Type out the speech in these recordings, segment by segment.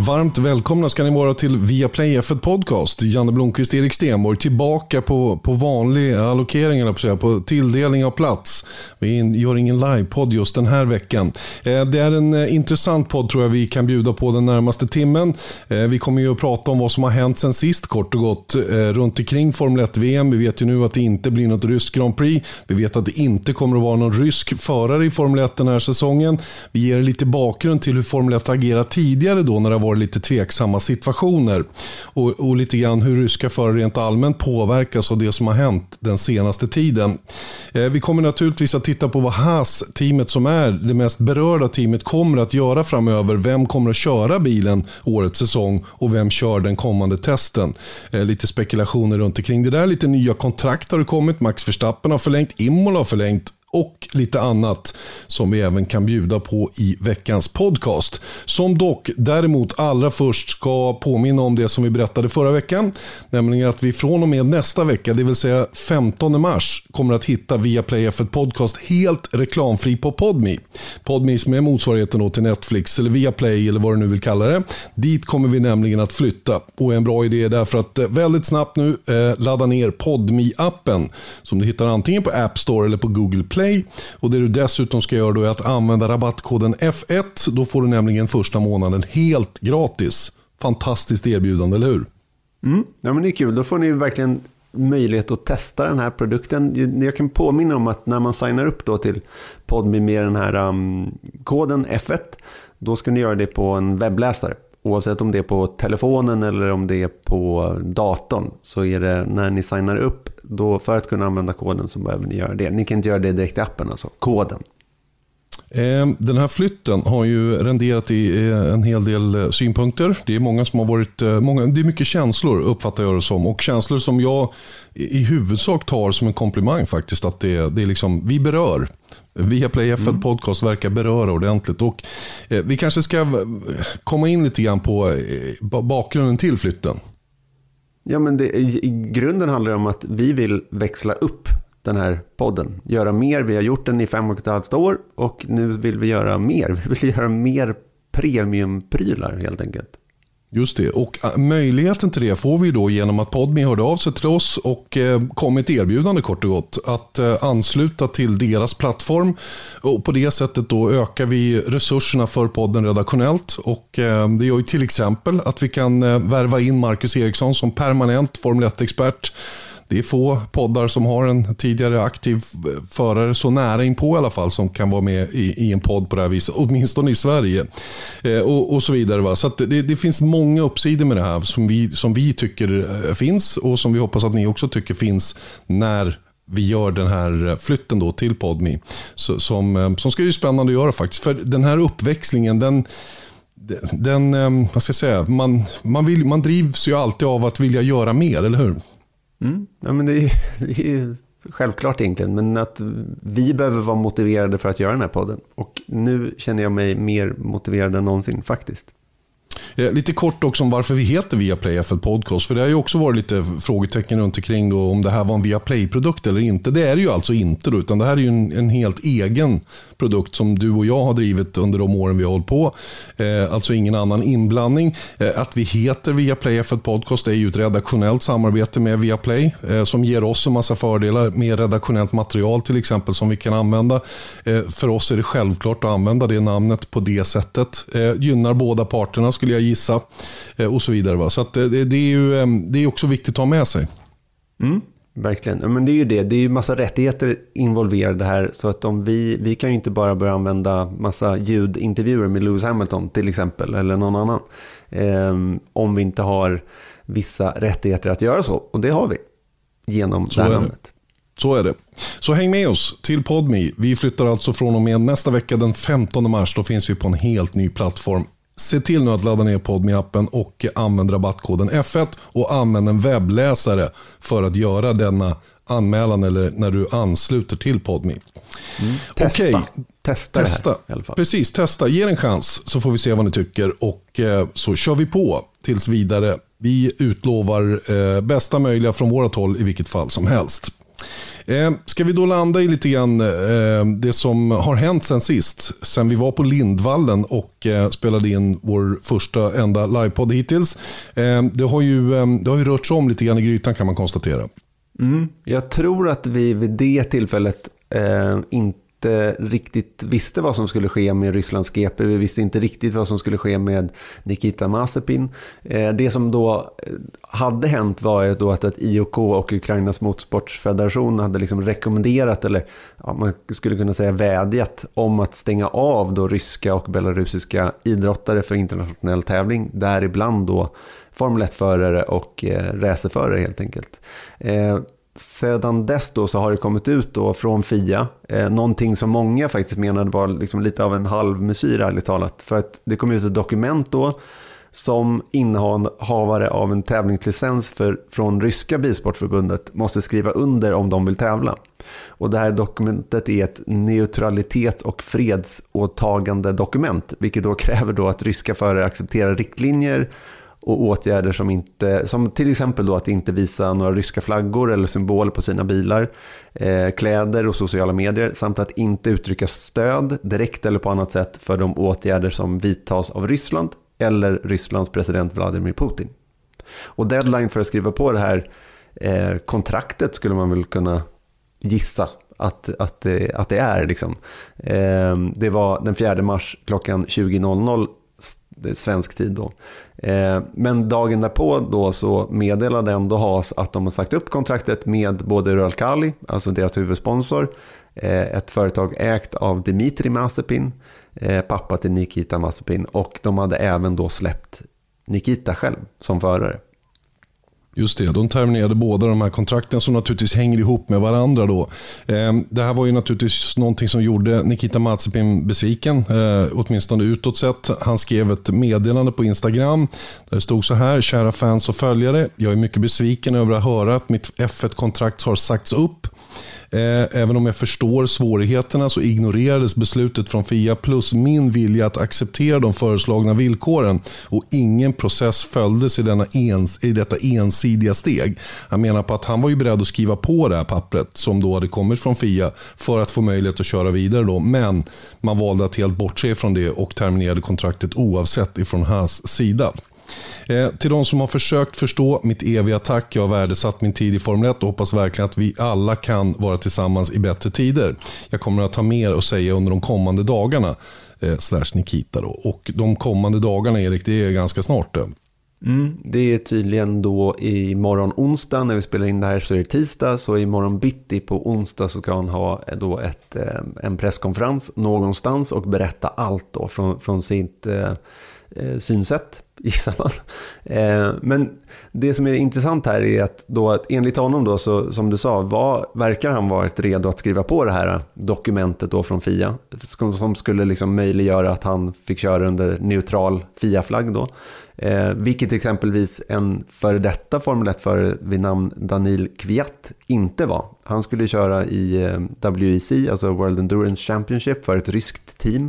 Varmt välkomna ska ni vara till Viaplay F1 Podcast. Janne Blomqvist, Erik Stenborg tillbaka på vanlig allokering, på tilldelning av plats. Vi gör ingen livepodd just den här veckan. Det är en intressant podd tror jag vi kan bjuda på den närmaste timmen. Vi kommer ju att prata om vad som har hänt sen sist kort och gott runt omkring Formel 1-VM. Vi vet ju nu att det inte blir något rysk Grand Prix. Vi vet att det inte kommer att vara någon rysk förare i Formel 1 den här säsongen. Vi ger lite bakgrund till hur Formel 1 agerar tidigare då när det var lite tveksamma situationer och lite grann hur ryska förare rent allmänt påverkas av det som har hänt den senaste tiden. Vi kommer naturligtvis att titta på vad Haas-teamet som är det mest berörda teamet kommer att göra framöver. Vem kommer att köra bilen årets säsong och vem kör den kommande testen. Lite spekulationer runt omkring det där. Lite nya kontrakt har det kommit. Max Verstappen har förlängt, Imola har förlängt och lite annat som vi även kan bjuda på i veckans podcast. Som dock däremot allra först ska påminna om det som vi berättade förra veckan. Nämligen att vi från och med nästa vecka, det vill säga 15 mars, kommer att hitta Viaplay F1 Podcast helt reklamfri på Podme. Podme som är motsvarigheten då till Netflix eller Viaplay eller vad du nu vill kalla det. Dit kommer vi nämligen att flytta. Och en bra idé är därför att väldigt snabbt nu ladda ner Podme-appen som du hittar antingen på App Store eller på Google Play. Och det du dessutom ska göra då är att använda rabattkoden F1. Då får du nämligen första månaden helt gratis. Fantastiskt erbjudande, eller hur? Ja, men det är kul. Då får ni verkligen möjlighet att testa den här produkten. Jag kan påminna om att när man signar upp då till Podme med den här koden F1, då ska ni göra det på en webbläsare. Oavsett om det är på telefonen eller om det är på datorn, så är det när ni signar upp då, för att kunna använda koden, så behöver ni göra det. Ni kan inte göra det direkt i appen, alltså koden. Den här flytten har ju renderat i en hel del synpunkter. Det är många som har varit, det är mycket känslor uppfattar jag det som, och känslor som jag i huvudsak tar som en komplimang faktiskt, att det är liksom, vi berör. Viaplay F1 Podcast verkar beröra ordentligt, och vi kanske ska komma in lite grann på bakgrunden till flytten. Ja, men i grunden handlar det om att vi vill växla upp den här podden, göra mer. Vi har gjort den i 5,5 år och nu vill vi göra mer. Vi vill göra mer premiumprylar helt enkelt. Just det, och möjligheten till det får vi då genom att Podme hörde av sig till oss och kom ett erbjudande kort och gott att ansluta till deras plattform, och på det sättet då ökar vi resurserna för podden redaktionellt, och det gör ju till exempel att vi kan värva in Marcus Eriksson som permanent Formel 1-expert. Det är få poddar som har en tidigare aktiv förare så nära in på i alla fall som kan vara med i en podd på det här viset, åtminstone i Sverige och så vidare. Va? Så att det finns många uppsidor med det här som vi tycker finns, och som vi hoppas att ni också tycker finns när vi gör den här flytten då till Podme, som ska ju spännande att göra faktiskt. För den här uppväxlingen, vad ska jag säga, man drivs ju alltid av att vilja göra mer, eller hur? Ja, men det är självklart egentligen, men att vi behöver vara motiverade för att göra den här podden, och nu känner jag mig mer motiverad än någonsin faktiskt. Lite kort också om varför vi heter Viaplay F1 Podcast, för det har ju också varit lite frågetecken runt omkring då, om det här var en Viaplay-produkt eller inte. Det är det ju alltså inte då, utan det här är ju en helt egen produkt som du och jag har drivit under de åren vi har hållit på. Alltså ingen annan inblandning. Att vi heter Viaplay F1 Podcast är ju ett redaktionellt samarbete med Viaplay som ger oss en massa fördelar med redaktionellt material till exempel som vi kan använda. För oss är det självklart att använda det namnet på det sättet. Gynnar båda parterna skulle jag gissa, och så vidare. Va? Så att det är också viktigt att ha med sig. Verkligen, men det är ju det är ju massa rättigheter involverade här, så att om vi kan ju inte bara börja använda massa ljudintervjuer med Lewis Hamilton till exempel, eller någon annan, om vi inte har vissa rättigheter att göra så, och det har vi genom det här namnet. Så är det. Så häng med oss till Podme. Vi flyttar alltså från och med nästa vecka den 15 mars, då finns vi på en helt ny plattform. Se till nu att ladda ner Podme-appen och använd rabattkoden F1 och använd en webbläsare för att göra denna anmälan eller när du ansluter till Podme. Testa. Precis, testa. Ge en chans så får vi se vad ni tycker, och så kör vi på tills vidare. Vi utlovar bästa möjliga från vårat håll i vilket fall som helst. Ska vi då landa i lite grann det som har hänt sen sist? Sen vi var på Lindvallen och spelade in vår första enda livepodd hittills. Det har ju rört sig om lite grann i grytan, kan man konstatera. Jag tror att vi vid det tillfället inte riktigt visste vad som skulle ske med Rysslands GP. Vi visste inte riktigt vad som skulle ske med Nikita Mazepin. Det som då hade hänt var ju då att IOK och Ukrainas motorsportsfederation hade liksom rekommenderat, eller man skulle kunna säga vädjat om att stänga av då ryska och belarusiska idrottare för internationell tävling, däribland då Formel 1-förare och racerförare helt enkelt. Sedan dess då så har det kommit ut då från FIA någonting som många faktiskt menade var liksom lite av en halvmesyr, ärligt talat, för att det kom ut ett dokument då som innehavare av en tävlingslicens från ryska bilsportförbundet måste skriva under om de vill tävla. Och det här dokumentet är ett neutralitets- och fredsåtagande dokument, vilket då kräver då att ryska förare accepterar riktlinjer och åtgärder som till exempel då att inte visa några ryska flaggor eller symboler på sina bilar, kläder och sociala medier, samt att inte uttrycka stöd direkt eller på annat sätt för de åtgärder som vidtas av Ryssland eller Rysslands president Vladimir Putin. Och deadline för att skriva på det här kontraktet skulle man väl kunna gissa att det är liksom. Det var den 4 mars klockan 20.00 svensk tid då. Men dagen därpå då så meddelade ändå Haas att de har sagt upp kontraktet med både Uralkali, alltså deras huvudsponsor, ett företag ägt av Dmitri Mazepin, pappa till Nikita Mazepin, och de hade även då släppt Nikita själv som förare. Just det, de terminerade båda de här kontrakten som naturligtvis hänger ihop med varandra då. Det här var ju naturligtvis någonting som gjorde Nikita Mazepin besviken, åtminstone utåt sett. Han skrev ett meddelande på Instagram där det stod så här: kära fans och följare, jag är mycket besviken över att höra att mitt F1-kontrakt har sagts upp. Även om jag förstår svårigheterna så ignorerades beslutet från FIA plus min vilja att acceptera de föreslagna villkoren, och ingen process följdes i detta ensidiga steg. Han menar på att han var ju beredd att skriva på det här pappret som då hade kommit från FIA för att få möjlighet att köra vidare då, men man valde att helt bortse från det och terminerade kontraktet oavsett ifrån hans sida. Till de som har försökt förstå mitt eviga tack, jag har värdesatt min tid i Formel 1 och hoppas verkligen att vi alla kan vara tillsammans i bättre tider. Jag kommer att ha mer att säga under de kommande dagarna, / Nikita då. Och de kommande dagarna, Erik, det är ganska snart det. Det är tydligen då i morgon onsdag, när vi spelar in det här så är det tisdag, så i morgon bitti på onsdag så kan han ha då en presskonferens någonstans och berätta allt då från sitt synsätt, gissar man. Men det som är intressant här är att enligt honom då, så, som du sa, verkar han varit redo att skriva på det här dokumentet då från FIA som skulle liksom möjliggöra att han fick köra under neutral FIA-flagg då. Vilket exempelvis en före detta Formel 1-förare vid namn Daniil Kvyat inte var. Han skulle köra i WEC, alltså World Endurance Championship, för ett ryskt team.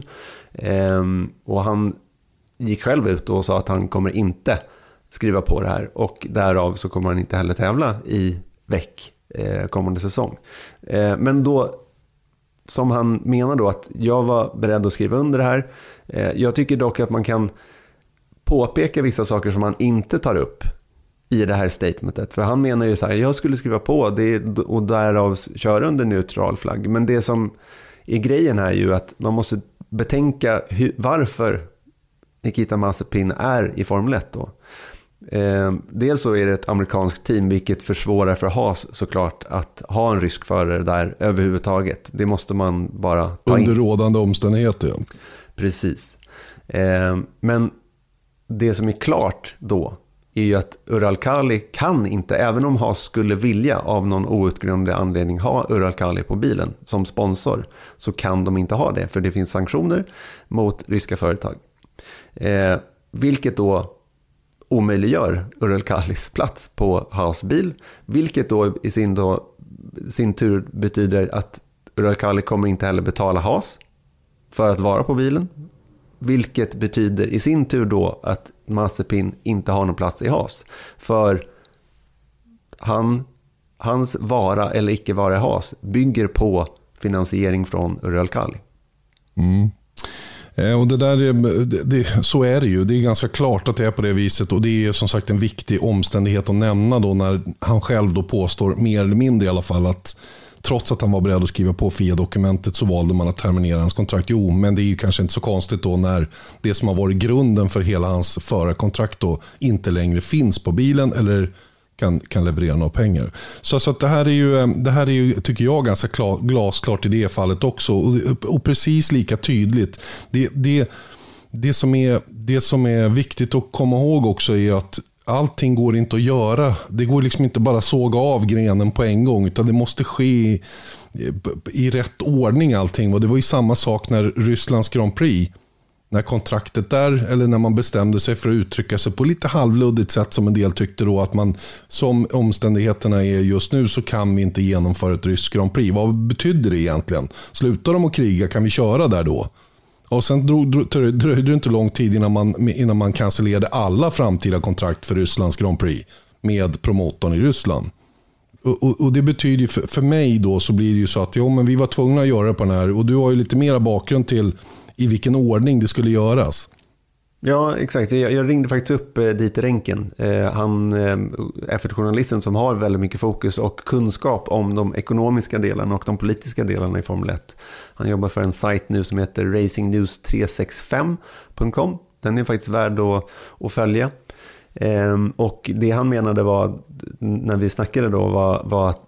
Och han gick själv ut och sa att han kommer inte skriva på det här, och därav så kommer han inte heller tävla i VEC kommande säsong. Men då, som han menar då, att jag var beredd att skriva under det här. Jag tycker dock att man kan påpeka vissa saker som han inte tar upp i det här statementet. För han menar ju så här: jag skulle skriva på det och därav köra under neutral flagg. Men det som är grejen här är ju att man måste betänka varför Nikita Mazepin är i Formel 1 då. Dels så är det ett amerikanskt team, vilket försvårar för Haas såklart att ha en rysk förare där överhuvudtaget. Det måste man bara ta in. Under rådande omständigheter. Ja. Precis. Men det som är klart då är ju att Uralkali kan inte, även om Haas skulle vilja av någon outgrundlig anledning ha Uralkali på bilen som sponsor, så kan de inte ha det, för det finns sanktioner mot ryska företag. Vilket då omöjliggör Uralkalis plats på Haas bil, vilket då i sin tur betyder att Uralkali kommer inte heller betala Haas för att vara på bilen, vilket betyder i sin tur då att Mazepin inte har någon plats i Haas, för han hans vara eller icke vara has bygger på finansiering från Uralkali. Och det där, så är det ju. Det är ganska klart att det är på det viset, och det är som sagt en viktig omständighet att nämna då, när han själv då påstår, mer eller mindre i alla fall, att trots att han var beredd att skriva på FIA-dokumentet så valde man att terminera hans kontrakt. Jo, men det är ju kanske inte så konstigt då när det som har varit grunden för hela hans förarkontrakt då inte längre finns på bilen eller kan leverera några pengar. Så att det här är ju tycker jag ganska glasklart i det fallet också, och precis lika tydligt. Det som är viktigt att komma ihåg också är att allting går inte att göra. Det går liksom inte bara såga av grenen på en gång, utan det måste ske i rätt ordning allting. Och det var ju samma sak när Rysslands Grand Prix, när kontraktet där, eller när man bestämde sig för att uttrycka sig på lite halvluddigt sätt, som en del tyckte då, att man, som omständigheterna är just nu, så kan vi inte genomföra ett ryskt Grand Prix. Vad betyder det egentligen? Slutar de att kriga, kan vi köra där då? Och sen dröjde det inte lång tid innan man cancellerade alla framtida kontrakt för Rysslands Grand Prix med promotorn i Ryssland. Och det betyder ju för mig då, så blir det ju så att men vi var tvungna att göra det på den här, och du har ju lite mera bakgrund till i vilken ordning det skulle göras. Ja, exakt. Jag ringde faktiskt upp Dieter Renken. Han F1-journalisten som har väldigt mycket fokus och kunskap om de ekonomiska delarna och de politiska delarna i Formel 1. Han jobbar för en sajt nu som heter racingnews365.com. Den är faktiskt värd att följa. Och det han menade var, när vi snackade då, var att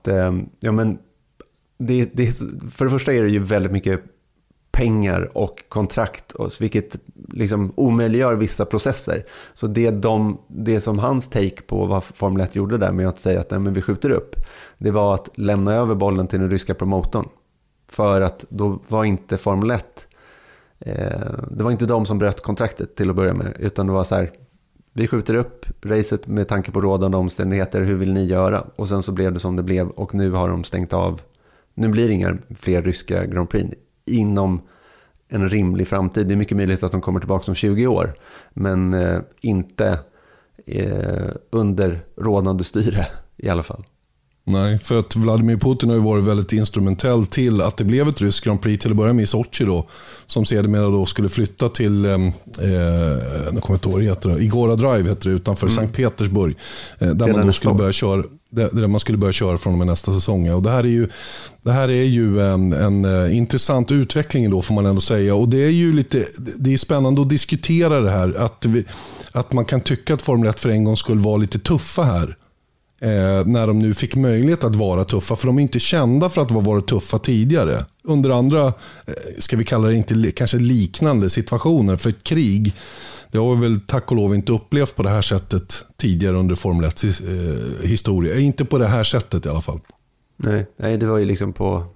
för det första är det ju väldigt mycket pengar och kontrakt, vilket liksom omöjliggör vissa processer. Så det som hans take på vad Formel 1 gjorde där med att säga att men vi skjuter upp, det var att lämna över bollen till den ryska promotorn. För att då var inte Formel 1, det var inte de som bröt kontraktet till att börja med, utan det var så här: vi skjuter upp racet med tanke på rådande omständigheter, hur vill ni göra? Och sen så blev det som det blev, och nu har de stängt av. Nu blir det inga fler ryska Grand Prix inom en rimlig framtid. Det är mycket möjligt att de kommer tillbaka om 20 år, men inte under rådande styre i alla fall. Nej, för att Vladimir Putin har ju varit väldigt instrumentell till att det blev ett ryskt Grand Prix till att börja med i Sochi då, som sedermera då skulle flytta till jag kommer inte ihåg heter det, Igora Drive heter det, utanför Sankt Petersburg, där man då skulle börja köra, där man skulle börja köra från och med nästa säsong. Och det här är ju en intressant utveckling då, får man ändå säga, och det är ju det är spännande att diskutera det här, att man kan tycka att Formel 1 för en gång skulle vara lite tuffa här. När de nu fick möjlighet att vara tuffa, för de är inte kända för att ha varit tuffa tidigare under andra, ska vi kalla det, inte kanske liknande situationer. För ett krig, det har vi väl tack och lov inte upplevt på det här sättet tidigare under Formel 1 historia, inte på det här sättet i alla fall. Nej, det var ju liksom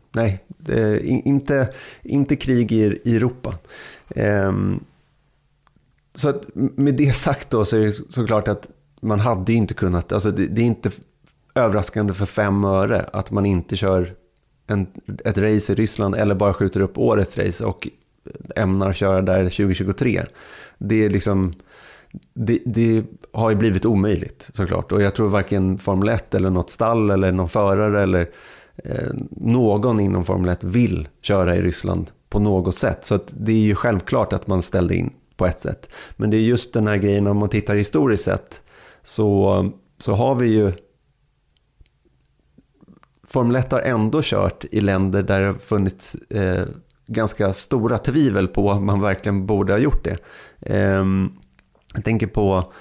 inte krig i Europa. Så att med det sagt då, så är det såklart att man hade ju inte kunnat, alltså det är inte överraskande för 5 öre att man inte kör ett race i Ryssland, eller bara skjuter upp årets race och ämnar köra där 2023. Det är liksom, det har ju blivit omöjligt såklart, och jag tror varken Formel 1 eller något stall eller någon förare eller någon inom Formel 1 vill köra i Ryssland på något sätt. Så att det är ju självklart att man ställde in på ett sätt. Men det är just den här grejen, om man tittar historiskt sett, så har vi ju Formel 1 har ändå kört i länder där det har funnits ganska stora tvivel på om man verkligen borde ha gjort det. Jag tänker på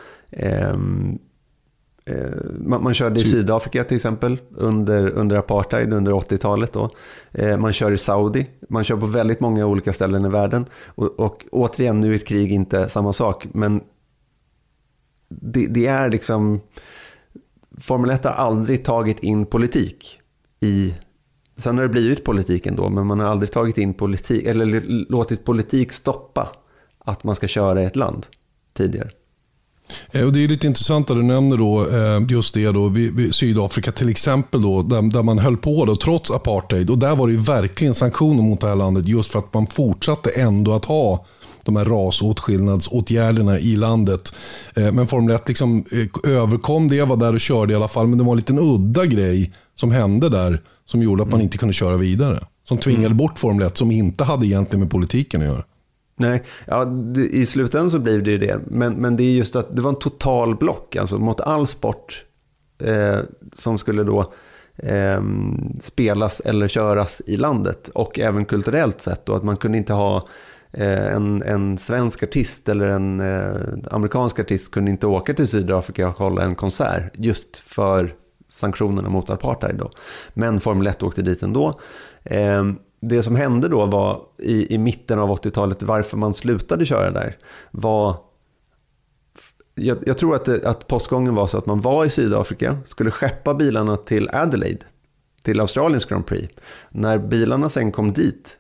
man körde i Sydafrika till exempel under apartheid under 80-talet då. Man kör i Saudi, man kör på väldigt många olika ställen i världen, och återigen, nu är ett krig inte samma sak, men det är liksom, Formel 1 har aldrig tagit in politik sen har det blivit politiken då, men man har aldrig tagit in politik eller låtit politik stoppa att man ska köra i ett land tidigare. Och det är lite intressant att du nämner då, just det då, Sydafrika till exempel då, där man höll på då, trots apartheid, och där var det ju verkligen sanktioner mot det här landet just för att man fortsatte ändå att ha de här rasåtskillnadsåtgärderna i landet. Men Formel 1 liksom överkom det, var där och körde i alla fall, men det var en liten udda grej som hände där som gjorde att man inte kunde köra vidare. Som tvingade bort Formel 1 som inte hade egentligen med politiken att göra. Nej, ja, i slutändan så blev det ju det. Men det är just att det var en total block alltså mot all sport som skulle då spelas eller köras i landet. Och även kulturellt sett då, att man kunde inte ha en svensk artist eller en amerikansk artist kunde inte åka till Sydafrika och hålla en konsert just för sanktionerna mot apartheid då. Men Formel 1 åkte dit ändå. Det som hände då var i mitten av 80-talet, varför man slutade köra där, var jag tror att postgången var så att man var i Sydafrika, skulle skeppa bilarna till Adelaide, till Australiens Grand Prix. När bilarna sen kom dit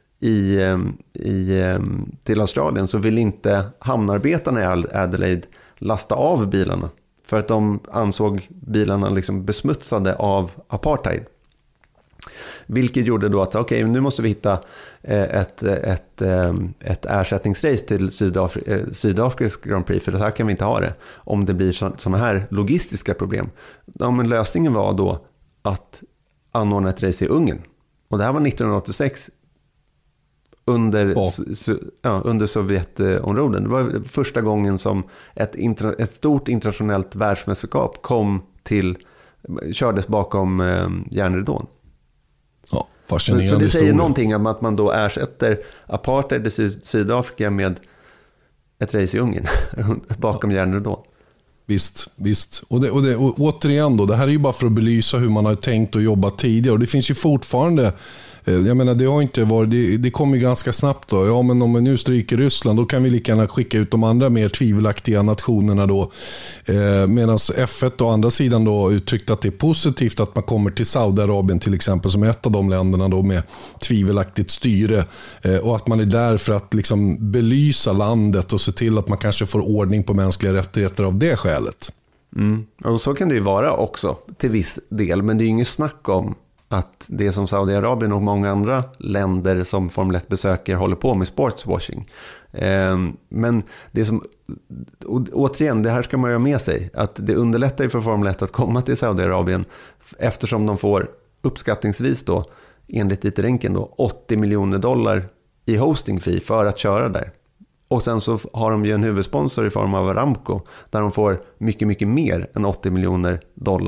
till Australien så ville inte hamnarbetarna i Adelaide lasta av bilarna för att de ansåg bilarna liksom besmutsade av apartheid. Vilket gjorde då att okej, nu måste vi hitta ett ersättningsrace till Sydafrikas Grand Prix, för det här kan vi inte ha det om det blir sådana här logistiska problem. Ja, men lösningen var då att anordna ett race i Ungern. Och det här var 1986 under Sovjetområden. Det var första gången som ett stort internationellt världsmästerskap kördes bakom järnridån. Ja, fascinerande så det historia. säger någonting om att man då ersätter apartheid i Sydafrika med ett race i Ungern bakom järnridån. Visst. Och återigen då, det här är ju bara för att belysa hur man har tänkt och jobbat tidigare. Och det finns ju fortfarande, jag menar det har inte varit, det kommer ju ganska snabbt då. Ja, men om vi nu stryker Ryssland, då kan vi lika gärna skicka ut de andra mer tvivelaktiga nationerna då. Medan F1 å andra sidan då uttryckt att det är positivt att man kommer till Saudiarabien till exempel, som är ett av de länderna då med tvivelaktigt styre, och att man är där för att liksom belysa landet och se till att man kanske får ordning på mänskliga rättigheter av det skälet. Och så kan det ju vara också till viss del, men det är ju inget snack om att det som Saudiarabien och många andra länder som Formel 1 besöker håller på med sportswashing. Men det som, återigen, det här ska man ju ha med sig, att det underlättar ju för Formel 1 att komma till Saudiarabien, eftersom de får uppskattningsvis då, enligt IT-ränken då, $80 miljoner i hosting fee för att köra där. Och sen så har de ju en huvudsponsor i form av Aramco, där de får mycket, mycket mer än $80 miljoner.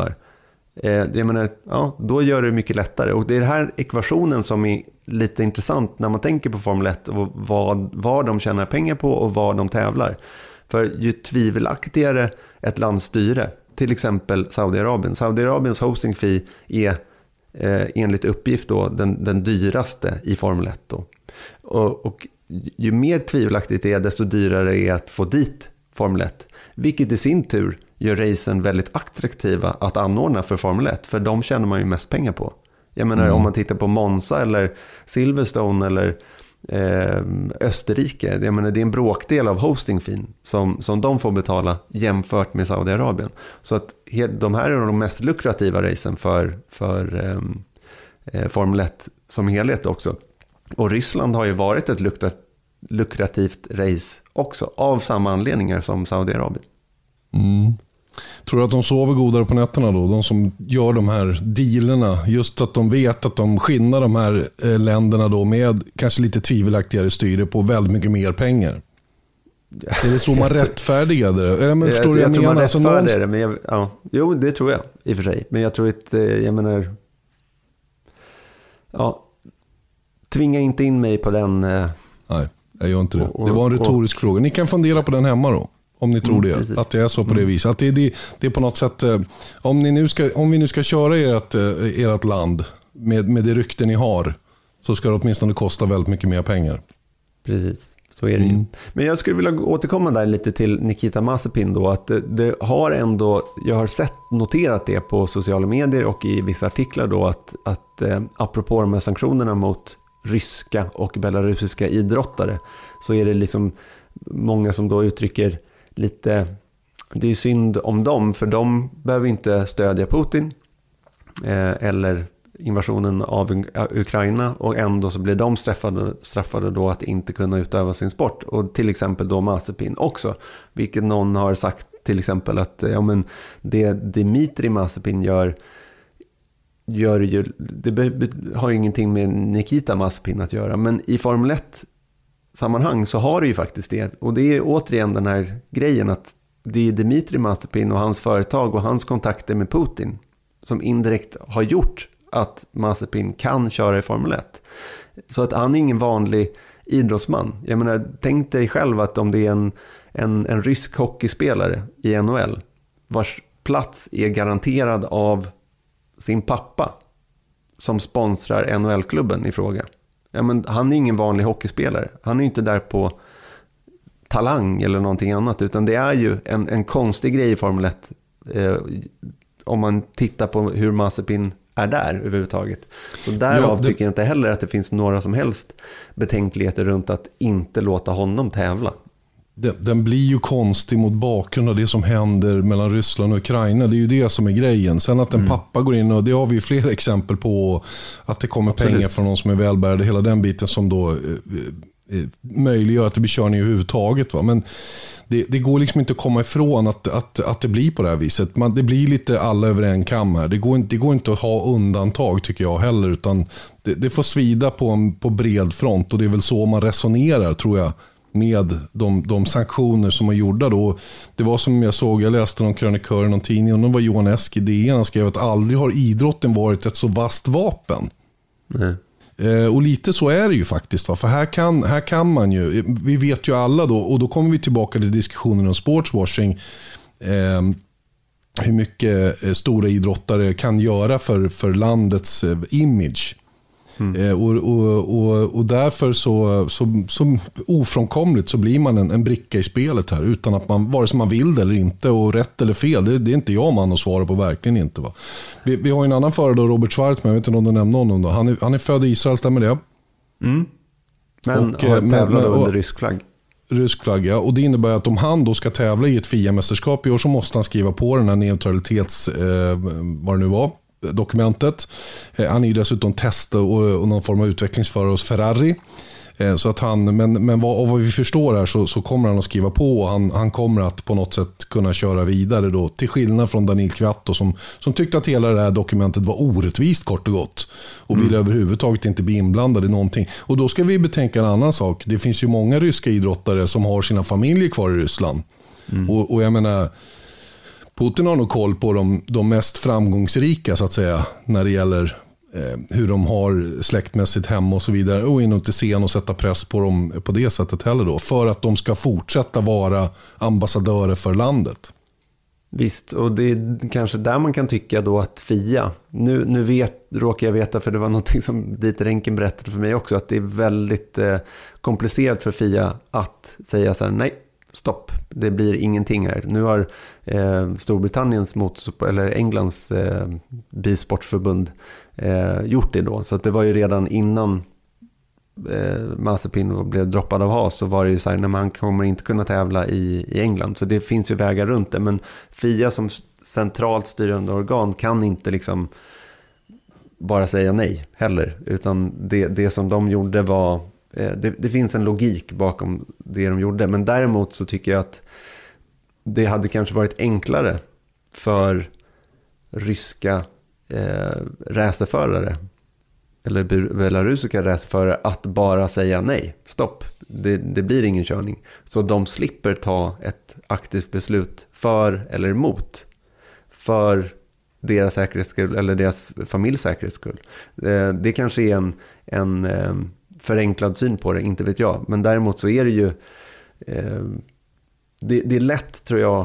Jag menar, ja, då gör det mycket lättare. Och det är den här ekvationen som är lite intressant när man tänker på Formel 1 och vad de tjänar pengar på och vad de tävlar. För ju tvivelaktigare ett lands styre, till exempel Saudiarabiens hosting fee är enligt uppgift då den dyraste i Formel 1 då. Och ju mer tvivelaktigt det är, desto dyrare är att få dit Formel 1. Vilket i sin tur gör racen väldigt attraktiva att anordna för Formel 1. För de tjänar man ju mest pengar på. Jag menar, om man tittar på Monza eller Silverstone eller Österrike. Jag menar, det är en bråkdel av hosting-fin som de får betala jämfört med Saudiarabien. Så att de här är de mest lukrativa racen för Formel 1 som helhet också. Och Ryssland har ju varit ett lukrativt race också, av samma anledningar som Saudiarabien. Tror du att de sover godare på nätterna då? De som gör de här dealerna, just att de vet att de skinnar de här länderna då med kanske lite tvivelaktigare styre på väldigt mycket mer pengar. Är det så man rättfärdigar det? Men förstår jag tror man alltså rättfärdigar det, men jo, det tror jag i och för sig. Men jag tror att, jag menar, tvinga inte in mig på den. Nej, jag gör inte det. Det var en retorisk fråga. Ni kan fundera på den hemma då. Om ni tror det, precis. Att det är så på det viset. Att det är på något sätt, om vi nu ska köra ert land med det rykte ni har, så ska det åtminstone kosta väldigt mycket mer pengar. Precis, så är det ju. Men jag skulle vilja återkomma där lite till Nikita Mazepin då, att det har ändå, jag har noterat det på sociala medier och i vissa artiklar då, att apropå de här sanktionerna mot ryska och belarusiska idrottare, så är det liksom många som då uttrycker lite det är synd om dem, för de behöver inte stödja Putin eller invasionen av Ukraina, och ändå så blir de straffade då att inte kunna utöva sin sport. Och till exempel då Mazepin också, vilket någon har sagt till exempel att det Dmitrij Mazepin gör ju, det har ju ingenting med Nikita Mazepin att göra, men i Formel 1 sammanhang så har det ju faktiskt det. Och det är återigen den här grejen att det är Dmitrij Mazepin och hans företag och hans kontakter med Putin som indirekt har gjort att Mazepin kan köra i Formel 1. Så att han är ingen vanlig idrottsman. Jag menar, tänk dig själv att om det är en rysk hockeyspelare i NHL vars plats är garanterad av sin pappa som sponsrar NHL-klubben i fråga. Ja, men han är ingen vanlig hockeyspelare. Han är inte där på talang eller någonting annat, utan det är ju en konstig grej i Formel 1 om man tittar på hur Mazepin är där överhuvudtaget. Så därav tycker jag inte heller att det finns några som helst betänkligheter runt att inte låta honom tävla. Den blir ju konstig mot bakgrund av det som händer mellan Ryssland och Ukraina. Det är ju det som är grejen. Sen att en pappa går in, och det har vi ju flera exempel på, att det kommer pengar från någon som är välbärgade, hela den biten som då möjliggör att det blir körning överhuvudtaget. Va? Men det går liksom inte att komma ifrån att det blir på det här viset. Det blir lite alla över en kam här. Det går inte att ha undantag, tycker jag heller, utan det får svida på bred front, och det är väl så man resonerar, tror jag, med de sanktioner som är gjorda då. Det var som jag läste någon krönikör i någon tidning, och det var Johan Esk i DN, han skrev att aldrig har idrotten varit ett så vast vapen. Nej. Och lite så är det ju faktiskt, va? För här kan man ju, vi vet ju alla då, och då kommer vi tillbaka till diskussionen om sportswashing, hur mycket stora idrottare kan göra för landets image. Och därför så ofrånkomligt så blir man en bricka i spelet här, utan att man, vare sig man vill det eller inte, och rätt eller fel, det är inte jag man att svara på, verkligen inte. Va? Vi har en annan förare då, Robert Schwartzman, jag vet inte om du nämnde honom då. Han är född i Israel, stämmer det? Men tävlade under rysk flagg. Rysk flagg, ja. Och det innebär att om han då ska tävla i ett FIA-mästerskap i år, så måste han skriva på den här neutralitets vad det nu var, dokumentet. Han är ju dessutom test och någon form av utvecklingsförare hos Ferrari. Så att men vad vi förstår här så kommer han att skriva på, och han kommer att på något sätt kunna köra vidare då, till skillnad från Daniil Kvyat som tyckte att hela det här dokumentet var orättvist, kort och gott, och vill överhuvudtaget inte bli inblandad i någonting. Och då ska vi betänka en annan sak. Det finns ju många ryska idrottare som har sina familjer kvar i Ryssland. Och jag menar, Putin har nog koll på de mest framgångsrika, så att säga, när det gäller hur de har släktmässigt hemma och så vidare, och inte sen och sätta press på dem på det sättet heller då, för att de ska fortsätta vara ambassadörer för landet. Visst, och det är kanske där man kan tycka då att FIA, nu råkar jag veta, för det var någonting som Dieter Renken berättade för mig också, att det är väldigt komplicerat för FIA att säga så här: nej, stopp, det blir ingenting här. Nu har Storbritanniens eller Englands bisportförbund gjort det då. Så att det var ju redan innan Mazepin blev droppad av Haas, så var det ju så här, när man kommer inte kunna tävla i England. Så det finns ju vägar runt det, men FIA som centralt styrande organ kan inte liksom bara säga nej heller, utan det som de gjorde var det finns en logik bakom det de gjorde. Men däremot så tycker jag att det hade kanske varit enklare för ryska racerförare eller belarusiska racerförare att bara säga nej, stopp, det blir ingen körning. Så de slipper ta ett aktivt beslut för eller emot, för deras säkerhetsskull eller deras familjs säkerhetsskull. Det kanske är en förenklad syn på det, inte vet jag. Men däremot så är det ju det är lätt, tror jag,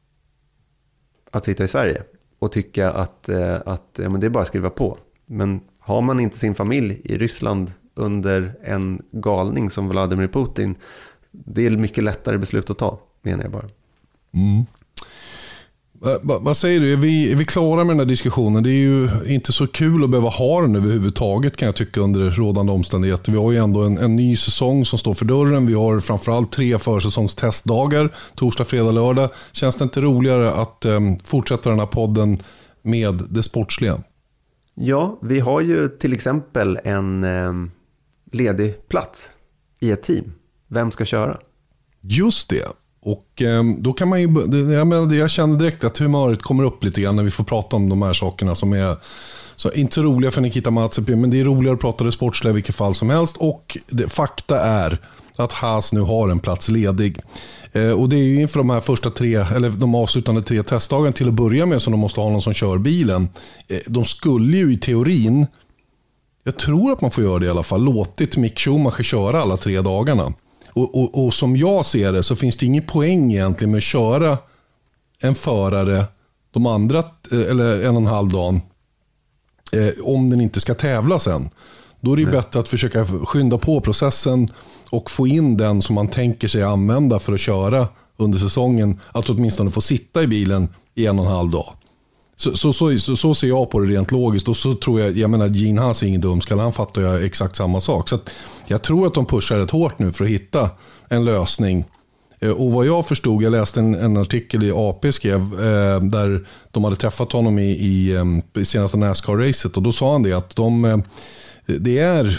att sitta i Sverige och tycka att men det är bara att skriva på. Men har man inte sin familj i Ryssland under en galning som Vladimir Putin, det är mycket lättare beslut att ta, menar jag bara. Vad säger du? Är vi klara med den här diskussionen? Det är ju inte så kul att behöva ha den överhuvudtaget, kan jag tycka, under rådande omständigheter. Vi har ju ändå en ny säsong som står för dörren. Vi har framförallt 3 försäsongstestdagar, torsdag, fredag, lördag. Känns det inte roligare att fortsätta den här podden med det sportsliga? Ja, vi har ju till exempel en ledig plats i ett team. Vem ska köra? Just det. Och då kan man ju, jag känner direkt att humöret kommer upp lite grann när vi får prata om de här sakerna som är så inte roliga för Nikita Mazepin, men det är roligare att prata det sportsliga i vilket fall som helst. Och fakta är att Haas nu har en plats ledig. Och det är ju inför de här första 3, eller de avslutande 3 testdagarna till att börja med, som de måste ha någon som kör bilen. De skulle ju i teorin, jag tror att man får göra det i alla fall, låtit Mick Schumacher köra alla 3 dagarna. Och som jag ser det så finns det ingen poäng egentligen med att köra en förare de andra eller 1,5 dagen om den inte ska tävla sen. Då är det ju bättre att försöka skynda på processen och få in den som man tänker sig använda för att köra under säsongen, att åtminstone få sitta i bilen i 1,5 dag. Så ser jag på det rent logiskt. Och så tror jag menar, Gene Haas är ingen dumskall, han fattar jag exakt samma sak. Så att jag tror att de pushar rätt hårt nu för att hitta en lösning. Och vad jag förstod, jag läste en artikel i AP skrev, där de hade träffat honom i senaste NASCAR-racet, och då sa han det att det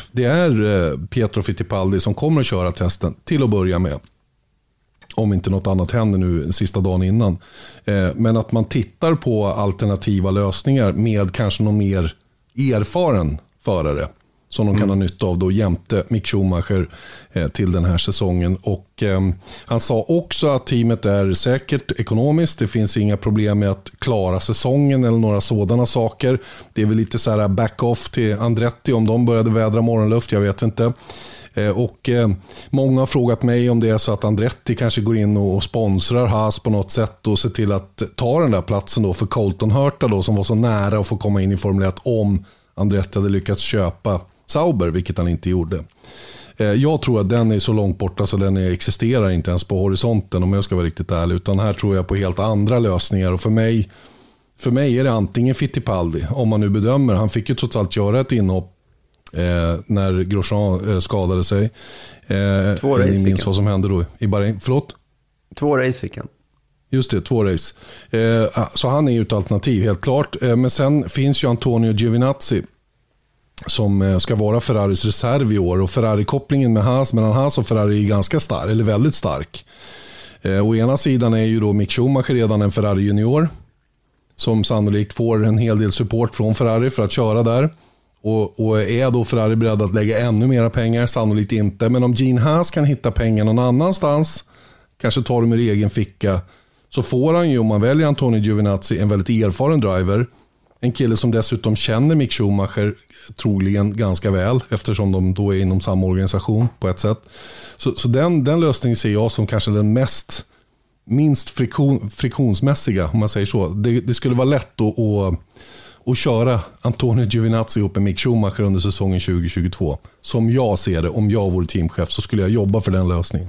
är Pietro Fittipaldi som kommer att köra testen till att börja med. Om inte något annat händer nu sista dagen innan. Men att man tittar på alternativa lösningar med kanske någon mer erfaren förare som de kan ha nytta av då, jämte Mick Schumacher till den här säsongen. Och han sa också att teamet är säkert ekonomiskt. Det finns inga problem med att klara säsongen eller några sådana saker. Det är väl lite så här back-off till Andretti om de började vädra morgonluft, jag vet inte. Och många har frågat mig om det är så att Andretti kanske går in och sponsrar Haas på något sätt och ser till att ta den där platsen då för Colton Herta då, som var så nära att få komma in i Formel 1 om Andretti hade lyckats köpa Sauber, vilket han inte gjorde. Jag tror att den är så långt borta så den existerar inte ens på horisonten, om jag ska vara riktigt ärlig, utan här tror jag på helt andra lösningar. Och för mig är det antingen Fittipaldi, om man nu bedömer, han fick ju trots allt göra ett inhopp när Grosjean skadade sig. 2 race jag minns vad som hände då i Bahrain. Förlåt? 2 race fick han. Just det, 2 race. Så han är ju ett alternativ, helt klart. Men sen finns ju Antonio Giovinazzi som ska vara Ferraris reserv i år. Och Ferrari-kopplingen mellan Haas och Ferrari är ganska stark, eller väldigt stark. Å ena sidan är ju då Mick Schumacher redan en Ferrari junior som sannolikt får en hel del support från Ferrari för att köra där. Och är då Ferrari beredd att lägga ännu mera pengar? Sannolikt inte. Men om Gene Haas kan hitta pengar någon annanstans, kanske tar dem i egen ficka, så får han ju, om man väljer Antonio Giovinazzi, en väldigt erfaren driver. En kille som dessutom känner Mick Schumacher troligen ganska väl, eftersom de då är inom samma organisation på ett sätt. Så den lösningen ser jag som kanske den minst friktionsmässiga, om man säger så. Det skulle vara lätt att köra Antonio Giovinazzi upp med Mick Schumacher under säsongen 2022. Som jag ser det, om jag vore teamchef, så skulle jag jobba för den lösningen.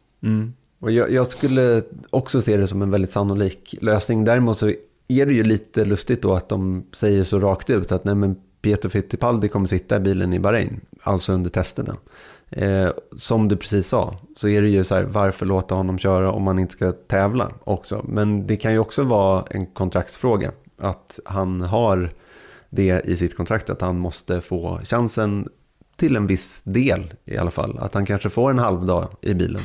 Och jag skulle också se det som en väldigt sannolik lösning. Däremot så är det ju lite lustigt då att de säger så rakt ut att nej, men Pietro Fittipaldi kommer sitta i bilen i Bahrain, alltså under testerna. Som du precis sa, så är det ju så här, varför låta honom köra om man inte ska tävla också. Men det kan ju också vara en kontraktsfråga, att han har det i sitt kontrakt, att han måste få chansen till en viss del i alla fall. Att han kanske får en halv dag i bilen.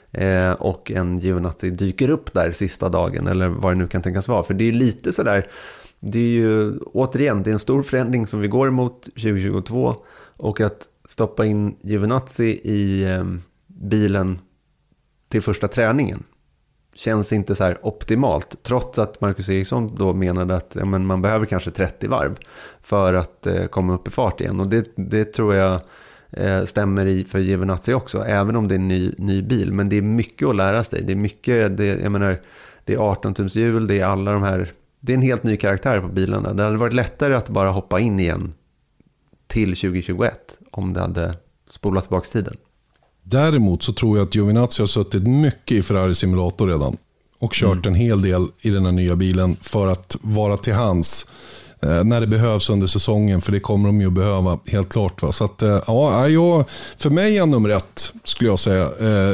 Och en Giovinazzi dyker upp där sista dagen, eller vad det nu kan tänkas vara. För det är lite sådär, det är ju återigen, det är en stor förändring som vi går emot 2022, och att stoppa in Giovinazzi i bilen till första träningen känns inte så här optimalt, trots att Marcus Ericsson då menade att man behöver kanske 30 varv för att komma upp i fart igen. Och det tror jag stämmer för Giovinazzi också, även om det är en ny bil. Men det är mycket att lära sig. Det är mycket, jag menar, det är 18-tums hjul, det är alla de här, det är en helt ny karaktär på bilarna. Det hade varit lättare att bara hoppa in igen till 2021 om det hade spolat tillbaka tiden. Däremot så tror jag att Giovinazzi har suttit mycket i Ferrari simulator redan. och kört en hel del i den här nya bilen för att vara till hands när det behövs under säsongen, för det kommer de ju att behöva, helt klart. Va? Så att, för mig är nummer 1, skulle jag säga,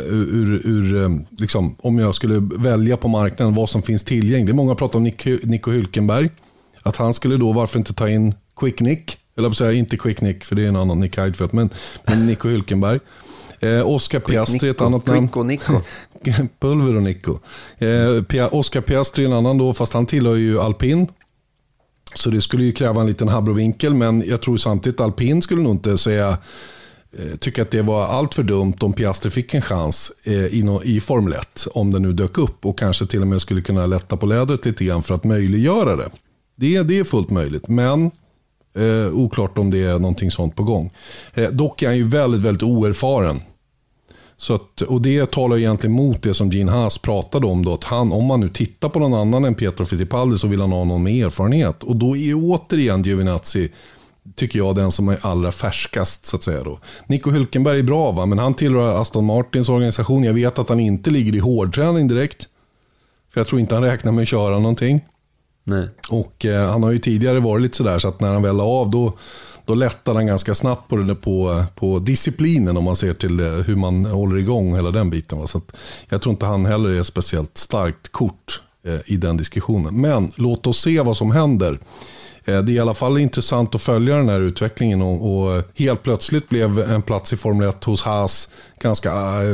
liksom, om jag skulle välja på marknaden vad som finns tillgängligt. Många pratar om Nico Hülkenberg, att han skulle då, varför inte ta in Quick Nick, eller säga inte Quick Nick, för det är en annan Nick Heidfeld, men Nico Hülkenberg. Oscar Piastri, ett annat namn. Quick och Nico. Pulver och Nico. Oscar Piastri är en annan då, fast han tillhör ju Alpin. Så det skulle ju kräva en liten habrovinkel, men jag tror samtidigt Alpin skulle nog inte tycka att det var allt för dumt om Piastri fick en chans i Formel 1, om den nu dök upp, och kanske till och med skulle kunna lätta på lädret lite grann för att möjliggöra det. Det är fullt möjligt, men oklart om det är någonting sånt på gång. Dock är han ju väldigt, väldigt oerfaren. Så att, och det talar egentligen mot det som Gene Haas pratade om då, att om man nu tittar på någon annan än Pietro Fittipaldi så vill han ha någon med erfarenhet, och då är återigen Giovinazzi, tycker jag, den som är allra färskast, så att säga då. Nico Hülkenberg är bra, va? Men han tillhör Aston Martins organisation. Jag vet att han inte ligger i hårdträning direkt, för jag tror inte han räknar med att köra någonting. Nej. Och han har ju tidigare varit lite sådär, så att när han väl är av då lättar han ganska snabbt på disciplinen, om man ser till hur man håller igång hela den biten. Va? Så att jag tror inte han heller är speciellt starkt kort i den diskussionen. Men låt oss se vad som händer. Det är i alla fall intressant att följa den här utvecklingen, och helt plötsligt blev en plats i Formel 1 hos Haas ganska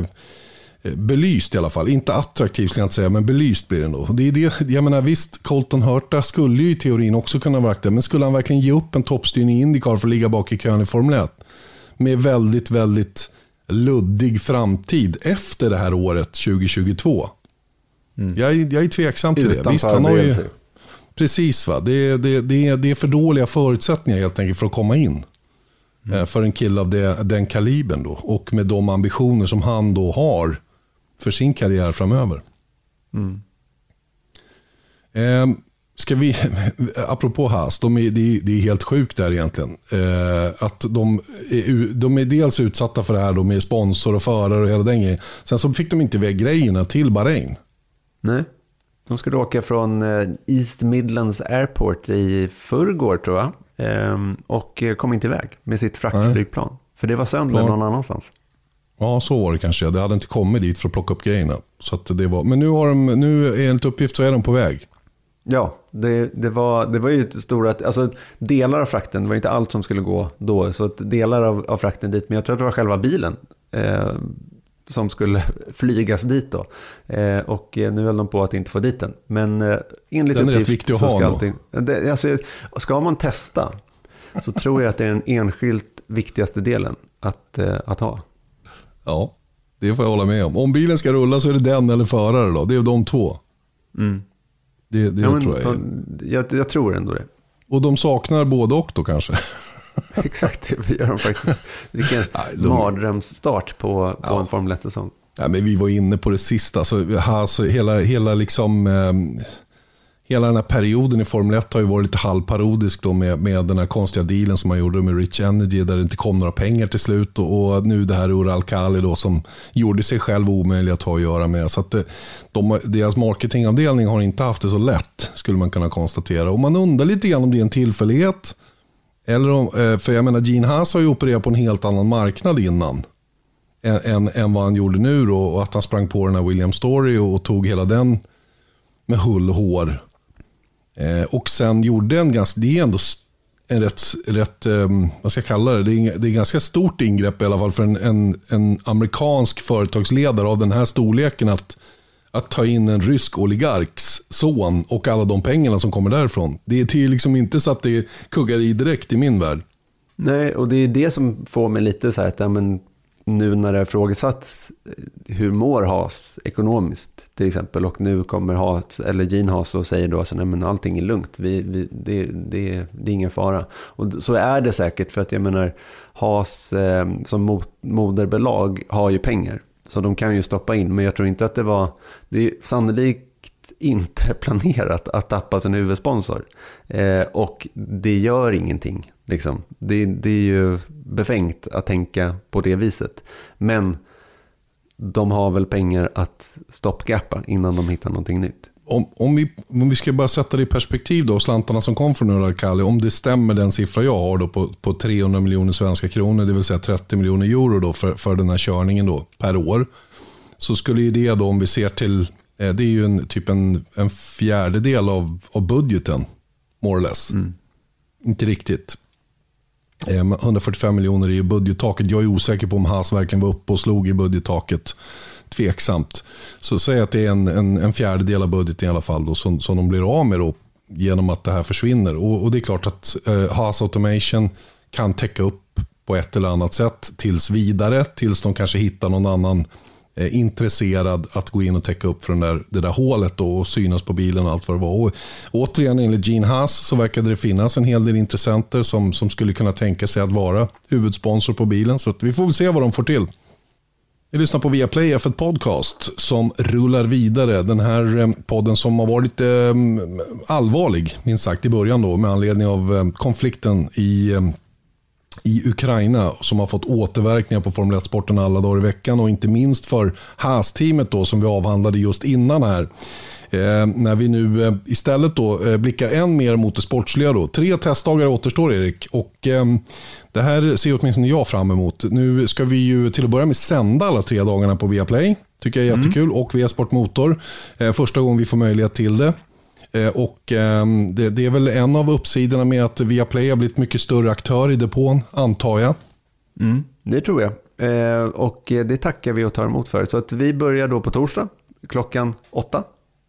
belyst i alla fall. Inte attraktivt skulle jag inte säga, men belyst blir det ändå. Det är det, jag menar, visst, Colton Herta skulle ju i teorin också kunna vara aktiv, men skulle han verkligen ge upp en toppstyrning i IndyCar för att ligga bak i kön i Formel 1 med väldigt, väldigt luddig framtid efter det här året 2022? Jag är tveksam till det. Visst, han har ju precis, va? Det är för dåliga förutsättningar helt enkelt för att komma in. För en kille av den kalibern då, och med de ambitioner som han då har för sin karriär framöver. Ska vi, apropå Haas, det är helt sjukt där egentligen. Att de är dels utsatta för det här då med sponsor och förare och hela den grejen. Sen så fick de inte iväg grejerna till Bahrain. Nej, de skulle åka från East Midlands Airport i förrgår, tror jag. Och kom inte iväg med sitt fraktflygplan. För det var sönder någon annanstans. Ja, så var det kanske. Det hade inte kommit dit för att plocka upp grejerna. Så att det var, men nu enligt uppgift så är de på väg. Ja, det var ju stora, alltså delar av frakten, det var inte allt som skulle gå då, så att delar av frakten dit, men jag tror att det var själva bilen som skulle flygas dit då. Och nu höll de på att inte få dit den. Men enligt den är rätt viktig att ha allting, alltså, ska man testa så tror jag att det är den enskilt viktigaste delen att ha. Ja, det får jag hålla med om. Om bilen ska rulla så är det den eller förare då. Det är de två. Det tror jag tror ändå det. Och de saknar både och då kanske. Exakt, det gör de faktiskt. Vilken mardrömsstart på en Formel 1-säsong. Ja, men vi var inne på det sista. Så hela den här perioden i Formel 1 har ju varit lite halvparodisk då med den här konstiga dealen som man gjorde med Rich Energy, där det inte kom några pengar till slut, och nu det här Uralkali då som gjorde sig själv omöjlig att ha att göra med. Så att deras marketingavdelning har inte haft det så lätt, skulle man kunna konstatera. Och man undrar lite grann om det är en tillfällighet, eller om, för jag menar, Gene Haas har ju opererat på en helt annan marknad innan än vad han gjorde nu då, och att han sprang på den här William Story och tog hela den med hull och hår. Och sen gjorde det är ändå en rätt vad ska jag kalla det? Det är ganska stort ingrepp i alla fall för en amerikansk företagsledare av den här storleken att ta in en rysk oligarks son och alla de pengarna som kommer därifrån. Det är liksom inte så att det kuggar i direkt i min värld. Nej, och det är det som får mig lite så här att nu när det är frågesatts hur mår Haas ekonomiskt till exempel, och nu kommer Haas eller Gene Haas och säger då att men allting är lugnt, det är ingen fara, och så är det säkert, för att jag menar Haas som moderbolag har ju pengar så de kan ju stoppa in, men jag tror inte att det är sannolikt inte planerat att tappa sin huvudsponsor, och det gör ingenting liksom. Det är ju befängt att tänka på det viset, men de har väl pengar att stopgappa innan de hittar någonting nytt. Om vi ska bara sätta det i perspektiv då, slantarna som kom från Uralkali, om det stämmer den siffra jag har då på 300 miljoner svenska kronor, det vill säga 30 miljoner euro då för den här körningen då per år, så skulle ju det då, om vi ser till, det är ju en fjärdedel av budgeten, more or less. Inte riktigt. 145 miljoner är ju budgettaket. Jag är osäker på om Haas verkligen var uppe och slog i budgettaket. Tveksamt. Så säg att det är en fjärdedel av budgeten i alla fall då, som de blir av med då, genom att det här försvinner. Och det är klart att Haas Automation kan täcka upp på ett eller annat sätt tills vidare, tills de kanske hittar någon annan intresserad att gå in och täcka upp för det där hålet då, och synas på bilen och allt vad det var. Och återigen, enligt Gene Haas så verkade det finnas en hel del intressenter som skulle kunna tänka sig att vara huvudsponsor på bilen, så att vi får väl se vad de får till. Vi lyssnar på Viaplay F1 Podcast som rullar vidare. Den här podden som har varit allvarlig, minst sagt, i början då, med anledning av konflikten i Ukraina, som har fått återverkningar på Formel 1-sporten alla dagar i veckan, och inte minst för Haas-teamet då, som vi avhandlade just innan här. När vi nu istället då blickar än mer mot det sportsliga då. 3 testdagar återstår, Erik, och det här ser åtminstone jag fram emot. Nu ska vi ju till att börja med sända alla 3 dagarna på Viaplay. Tycker jag är jättekul, och via Sport Motor. Första gången vi får möjlighet till det. Och det är väl en av uppsidorna med att Viaplay har blivit mycket större aktör i depån, antar jag. Det tror jag. Och det tackar vi och tar emot för. Så att vi börjar då på torsdag klockan 8.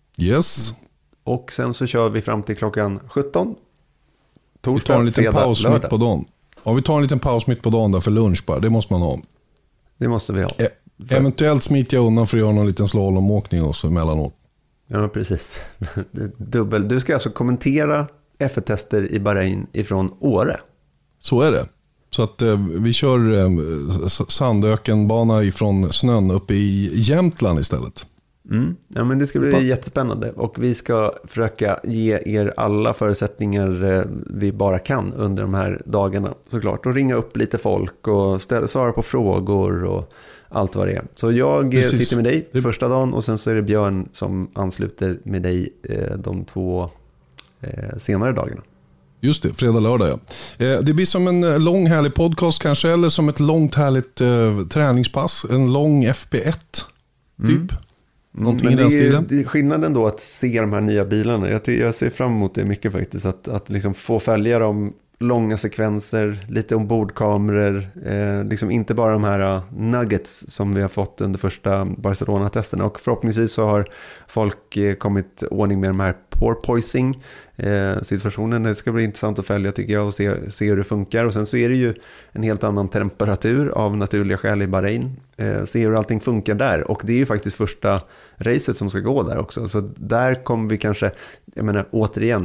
Yes. Och sen så kör vi fram till klockan 17. Torsdag, vi tar en liten fredag, paus lördag. mitt på dagen. Ja, vi tar en liten paus mitt på dagen där för lunch bara. Det måste man ha. Det måste vi ha. Eventuellt smiter jag undan för att göra någon liten slalomåkning också emellanåt. Ja, precis. Dubbel. Du ska alltså kommentera F1-tester i Bahrain ifrån Åre. Så är det. Så att vi kör sandökenbana ifrån snön uppe i Jämtland istället. Ja, men det ska bli jättespännande, och vi ska försöka ge er alla förutsättningar vi bara kan under de här dagarna, såklart, och ringa upp lite folk och svara på frågor och allt vad det är. Så jag sitter med dig första dagen, och sen så är det Björn som ansluter med dig de 2 senare dagarna. Just det, fredag, lördag, ja. Det blir som en lång härlig podcast kanske, eller som ett långt härligt träningspass, en lång FP1 typ. Någonting i den stilen. Det är skillnaden då att se de här nya bilarna. Jag ser fram emot det mycket faktiskt, att liksom få följa dem, långa sekvenser, lite ombordkameror, liksom inte bara de här nuggets som vi har fått under första Barcelona-testerna, och förhoppningsvis så har folk kommit ordning med de här porpoising situationen. Det ska bli intressant att följa, tycker jag, och se hur det funkar. Och sen så är det ju en helt annan temperatur av naturliga skäl i Bahrain. Se hur allting funkar där, och det är ju faktiskt första racet som ska gå där också, så där kommer vi kanske, jag menar återigen,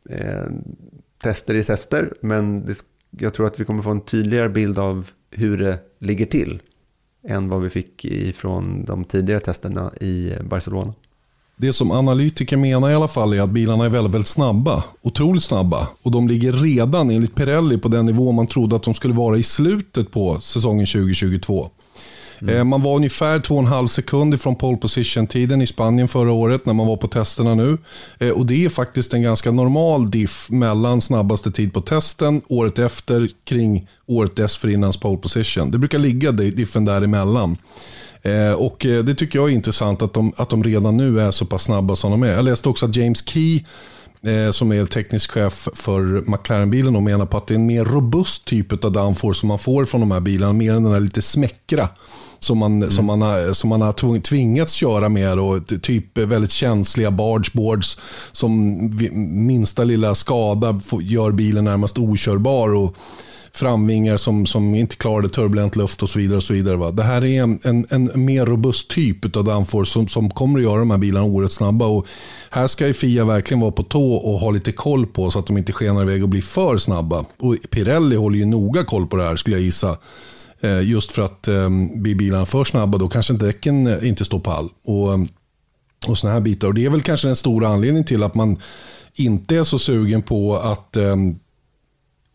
tester, men jag tror att vi kommer få en tydligare bild av hur det ligger till än vad vi fick från de tidigare testerna i Barcelona. Det som analytiker menar i alla fall är att bilarna är väldigt, väldigt snabba, otroligt snabba, och de ligger redan enligt Pirelli på den nivå man trodde att de skulle vara i slutet på säsongen 2022. Man var ungefär 2,5 sekunder från pole position-tiden i Spanien förra året när man var på testerna nu. Och det är faktiskt en ganska normal diff mellan snabbaste tid på testen året efter kring året dessförinnans pole position. Det brukar ligga diffen däremellan. Och det tycker jag är intressant att de redan nu är så pass snabba som de är. Jag läste också att James Key, som är teknisk chef för McLaren-bilen, och menar på att det är en mer robust typ av downforce som man får från de här bilarna, mer än den här lite smäckra som man har tvingats köra med, och typ väldigt känsliga bargeboards som minsta lilla skada gör bilen närmast okörbar, och framvingar som inte klarade turbulent luft och så vidare och så vidare, va? Det här är en mer robust typ av downforce som kommer att göra de här bilarna oerhört snabba, och här ska ju FIA verkligen vara på tå och ha lite koll på så att de inte skenar iväg och blir för snabba, och Pirelli håller ju noga koll på det här, skulle jag gissa. Just för att blir bilarna för snabba, då kanske däcken inte står på all och såna här bitar. Och det är väl kanske den stora anledningen till att man inte är så sugen på att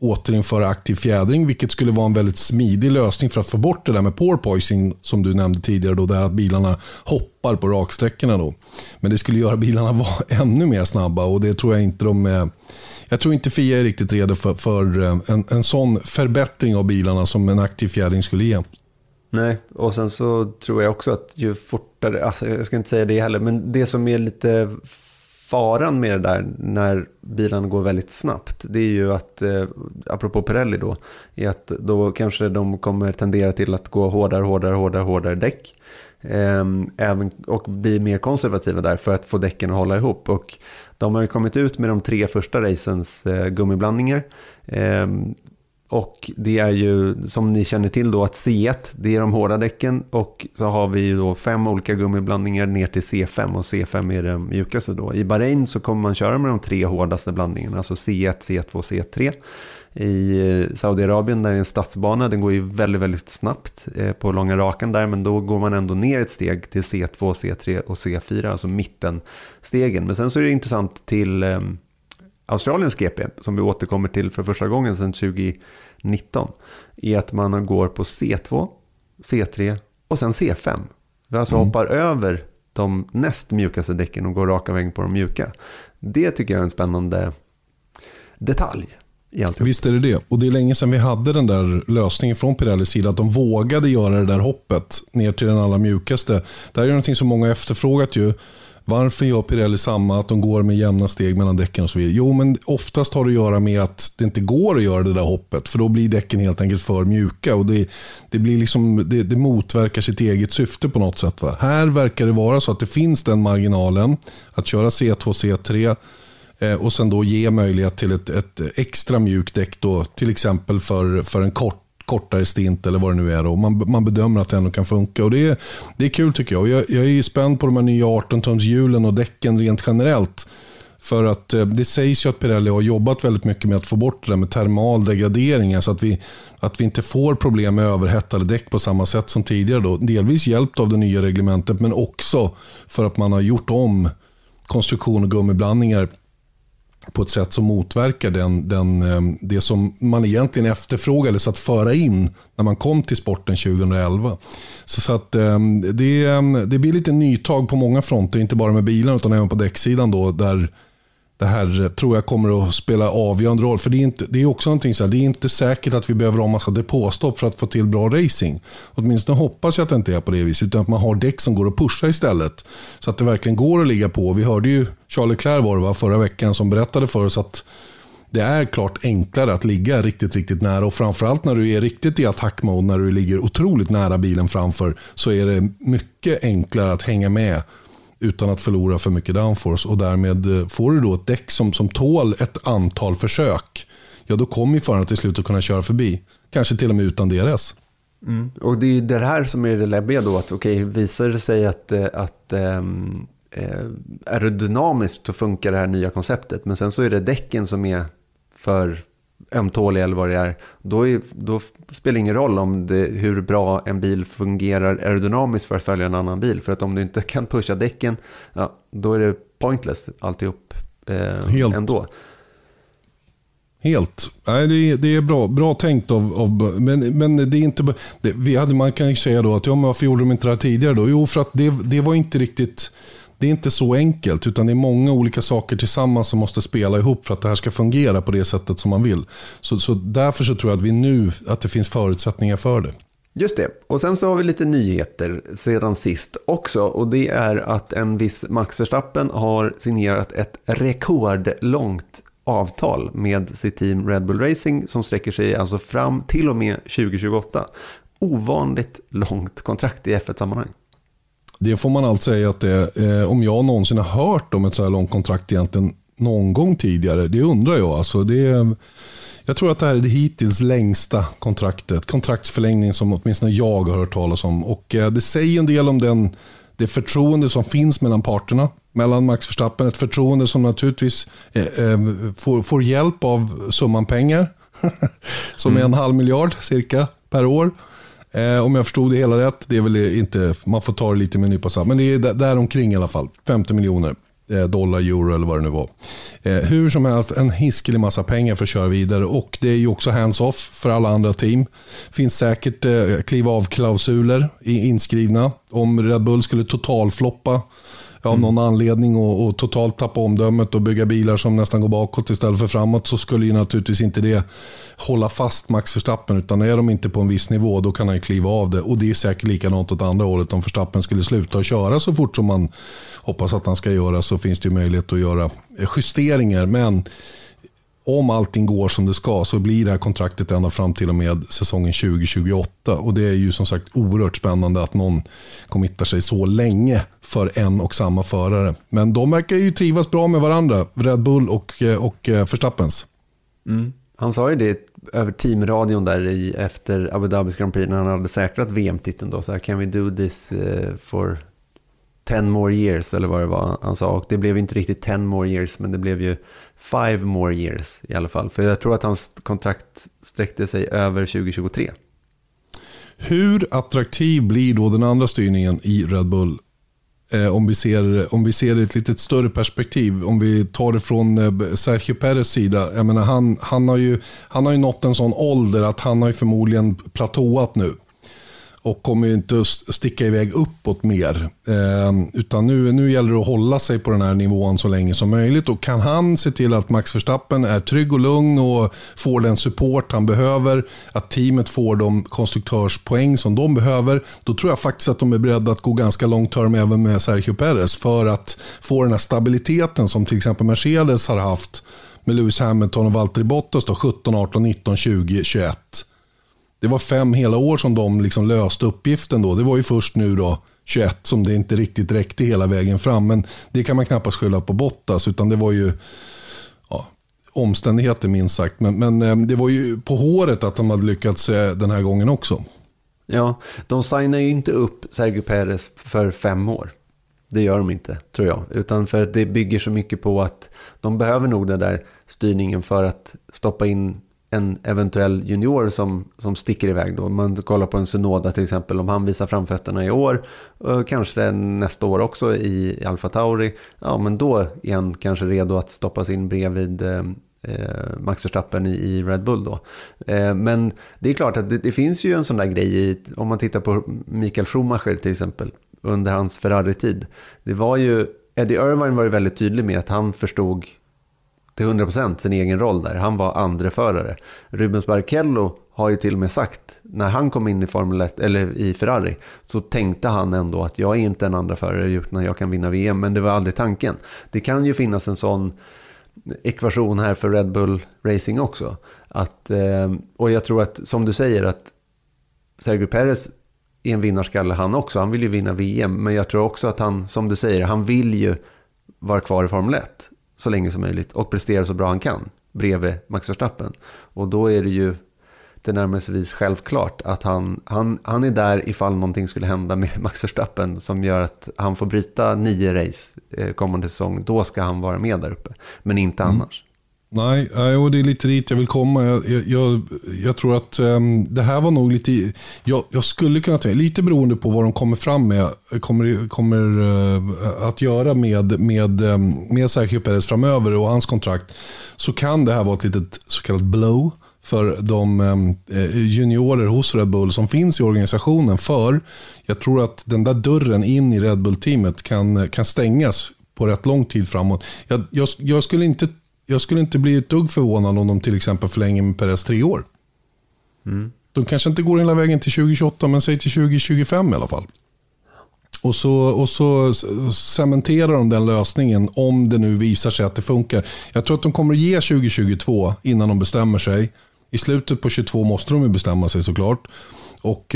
återinföra aktiv fjädring, vilket skulle vara en väldigt smidig lösning för att få bort det där med porpoising som du nämnde tidigare då, där att bilarna hoppar på raksträckorna då. Men det skulle göra bilarna vara ännu mer snabba, och det tror jag inte jag tror inte FIA är riktigt redo för en sån förbättring av bilarna som en aktiv fjädring skulle ge. Nej, och sen så tror jag också att ju fortare, alltså jag ska inte säga det heller, men det som är lite faran med det där när bilarna går väldigt snabbt, det är ju att, apropå Pirelli då, är att då kanske de kommer tendera till att gå hårdare däck. Även, och bli mer konservativa där för att få däcken att hålla ihop. Och de har ju kommit ut med de 3 första racens gummiblandningar. Och det är ju, som ni känner till då, att C1, det är de hårda däcken, och så har vi ju då 5 olika gummiblandningar ner till C5, och C5 är den mjukaste då. I Bahrain så kommer man köra med de 3 hårdaste blandningarna, alltså C1, C2 och C3. I Saudiarabien, där det är en stadsbana, den går ju väldigt, väldigt snabbt på långa rakan där, men då går man ändå ner ett steg till C2, C3 och C4, alltså mittenstegen. Men sen så är det intressant till Australiens GP, som vi återkommer till för första gången sedan 2019, är att man går på C2, C3 och sen C5. Vi alltså hoppar över de näst mjukaste däcken och går raka vägen på de mjuka. Det tycker jag är en spännande detalj. Visst är det. Och det är länge sedan vi hade den där lösningen från Pirellis sida, att de vågade göra det där hoppet ner till den allra mjukaste. Det här är någonting som många efterfrågat ju. Varför gör Pirelli samma, att de går med jämna steg mellan däcken och så vidare? Jo, men oftast har det att göra med att det inte går att göra det där hoppet, för då blir däcken helt enkelt för mjuka, och det blir liksom, det motverkar sitt eget syfte på något sätt. Va? Här verkar det vara så att det finns den marginalen att köra C2, C3 och sen då ge möjlighet till ett extra mjukt däck då, till exempel för en kortare stint eller vad det nu är då. Man bedömer att det ändå kan funka, och det är kul tycker jag. Jag är spänd på de här nya 18-tums hjulen och däcken rent generellt, för att det sägs ju att Pirelli har jobbat väldigt mycket med att få bort det där med termal degradering, så att vi inte får problem med överhettade däck på samma sätt som tidigare då. Delvis hjälpt av det nya reglementet, men också för att man har gjort om konstruktion och gummiblandningar på ett sätt som motverkar det som man egentligen efterfrågades att föra in när man kom till sporten 2011. Så att det blir lite nytag på många fronter, inte bara med bilarna utan även på däcksidan då, där det här tror jag kommer att spela avgörande roll. För det är också någonting så här, det är inte säkert att vi behöver ha massa depåstopp för att få till bra racing. Åtminstone hoppas jag att det inte är på det viset, utan att man har däck som går att pusha istället. Så att det verkligen går att ligga på. Vi hörde ju Charles Leclerc förra veckan som berättade för oss att det är klart enklare att ligga riktigt, riktigt nära. Och framförallt när du är riktigt i attackmode, när du ligger otroligt nära bilen framför, så är det mycket enklare att hänga med utan att förlora för mycket downforce, och därmed får du då ett däck som tål ett antal försök. Ja, då kommer ju föraren till slut att kunna köra förbi. Kanske till och med utan DRS. Och det är det här som är det läbbiga då, att visar det sig att aerodynamiskt så funkar det här nya konceptet, men sen så är det däcken som är för ömtålig eller vad det är, då spelar det ingen roll om hur bra en bil fungerar aerodynamiskt för att följa en annan bil. För att om du inte kan pusha däcken, ja, då är det pointless alltihop ändå. Helt. Nej, det är bra tänkt men det är inte man kan ju säga då att varför gjorde de inte det här tidigare då? Jo, för att det var inte riktigt. Det är inte så enkelt, utan det är många olika saker tillsammans som måste spela ihop för att det här ska fungera på det sättet som man vill. Så därför så tror jag att det finns förutsättningar för det. Just det. Och sen så har vi lite nyheter sedan sist också, och det är att en viss Max Verstappen har signerat ett rekordlångt avtal med sitt team Red Bull Racing som sträcker sig alltså fram till och med 2028. Ovanligt långt kontrakt i F1-sammanhang. Det får man allt säga att det är, om jag någonsin har hört om ett så här långt kontrakt egentligen någon gång tidigare, det undrar jag. Alltså jag tror att det här är det hittills längsta kontraktsförlängning som åtminstone jag har hört talas om. Och det säger en del om det förtroende som finns mellan parterna, mellan Max Verstappen, ett förtroende som naturligtvis får hjälp av summan pengar som är 1,5 miljard cirka per år. Om jag förstod det hela rätt, det är väl inte, man får ta det lite med en nypa salt, men det är där omkring i alla fall, 50 miljoner. dollar, euro eller vad det nu var. Hur som helst, en hiskelig massa pengar för att köra vidare, och det är ju också hands-off för alla andra team. Finns säkert kliva av-klausuler inskrivna om Red Bull skulle totalfloppa av någon anledning och totalt tappa omdömet och bygga bilar som nästan går bakåt istället för framåt, så skulle ju naturligtvis inte det hålla fast Max Verstappen, utan är de inte på en viss nivå då kan han kliva av det, och det är säkert likadant åt andra året. Om Verstappen skulle sluta att köra så fort som man hoppas att han ska göra, så finns det ju möjlighet att göra justeringar, men om allting går som det ska så blir det här kontraktet ända fram till och med säsongen 2028, och det är ju som sagt oerhört spännande att någon committar sig så länge för en och samma förare. Men de verkar ju trivas bra med varandra, Red Bull och Verstappens. Han sa ju det över teamradion där efter Abu Dhabis Grand Prix när han hade säkrat VM-titeln då, så här, can we do this for 10 more years eller vad det var han sa, och det blev inte riktigt 10 more years, men det blev ju 5 more years i alla fall, för jag tror att hans kontrakt sträckte sig över 2023. Hur attraktiv blir då den andra styrningen i Red Bull? Om vi ser ett lite större perspektiv, om vi tar det från Sergio Perez sida. Jag menar, han har ju nått en sån ålder att han har ju förmodligen platåat nu och kommer ju inte att sticka iväg uppåt mer, utan nu gäller det att hålla sig på den här nivån så länge som möjligt, och kan han se till att Max Verstappen är trygg och lugn och får den support han behöver, att teamet får de konstruktörspoäng som de behöver, då tror jag faktiskt att de är beredda att gå ganska långt term även med Sergio Perez för att få den här stabiliteten som till exempel Mercedes har haft med Lewis Hamilton och Valtteri Bottas då, 17, 18, 19, 20, 21. Det var 5 hela år som de liksom löste uppgiften då. Det var ju först nu då 21 som det inte riktigt räckte hela vägen fram. Men det kan man knappast skylla på Bottas, utan det var ju omständigheter minst sagt. Men det var ju på håret att de hade lyckats den här gången också. Ja, de signar ju inte upp Sergio Perez för 5 år. Det gör de inte, tror jag. Utan för att det bygger så mycket på att de behöver nog den där styrningen för att stoppa in en eventuell junior som sticker iväg då. Man kollar på en Tsunoda till exempel, om han visar framfötterna i år, kanske nästa år också i Alfa Tauri, ja men då är han kanske redo att stoppas in bredvid Max Verstappen i Red Bull då. Men det är klart att det finns ju en sån där grej om man tittar på Michael Schumacher till exempel under hans Ferrari-tid. Det var ju, Eddie Irvine var ju väldigt tydlig med att han förstod till 100% sin egen roll där. Han var andre förare. Rubens Barrichello har ju till och med sagt, när han kom in i Formel 1 eller i Ferrari, så tänkte han ändå att jag är inte en andra förare utan jag kan vinna VM, men det var aldrig tanken. Det kan ju finnas en sån ekvation här för Red Bull Racing också. Och jag tror att, som du säger, att Sergio Perez är en vinnarskalle han också. Han vill ju vinna VM, men jag tror också att han, som du säger, han vill ju vara kvar i Formel 1 så länge som möjligt och prestera så bra han kan bredvid Max Verstappen. Och då är det ju det närmaste självklart att han är där ifall någonting skulle hända med Max Verstappen som gör att han får bryta 9 race kommande säsong. Då ska han vara med där uppe, men inte annars. Nej, och det är lite dit jag vill komma. Jag tror att det här var nog lite... Jag skulle kunna tänka, lite beroende på vad de kommer fram med, kommer att göra med Sergio Perez framöver och hans kontrakt, så kan det här vara ett litet så kallat blow för de juniorer hos Red Bull som finns i organisationen. För jag tror att den där dörren in i Red Bull-teamet kan stängas på rätt lång tid framåt. Jag skulle inte bli ett dugg förvånad om de till exempel förlänger med Perez 3 år. De kanske inte går hela vägen till 2028, men säg till 2025 i alla fall. Och så cementerar de den lösningen om det nu visar sig att det funkar. Jag tror att de kommer att ge 2022 innan de bestämmer sig. I slutet på 22 måste de ju bestämma sig såklart. Och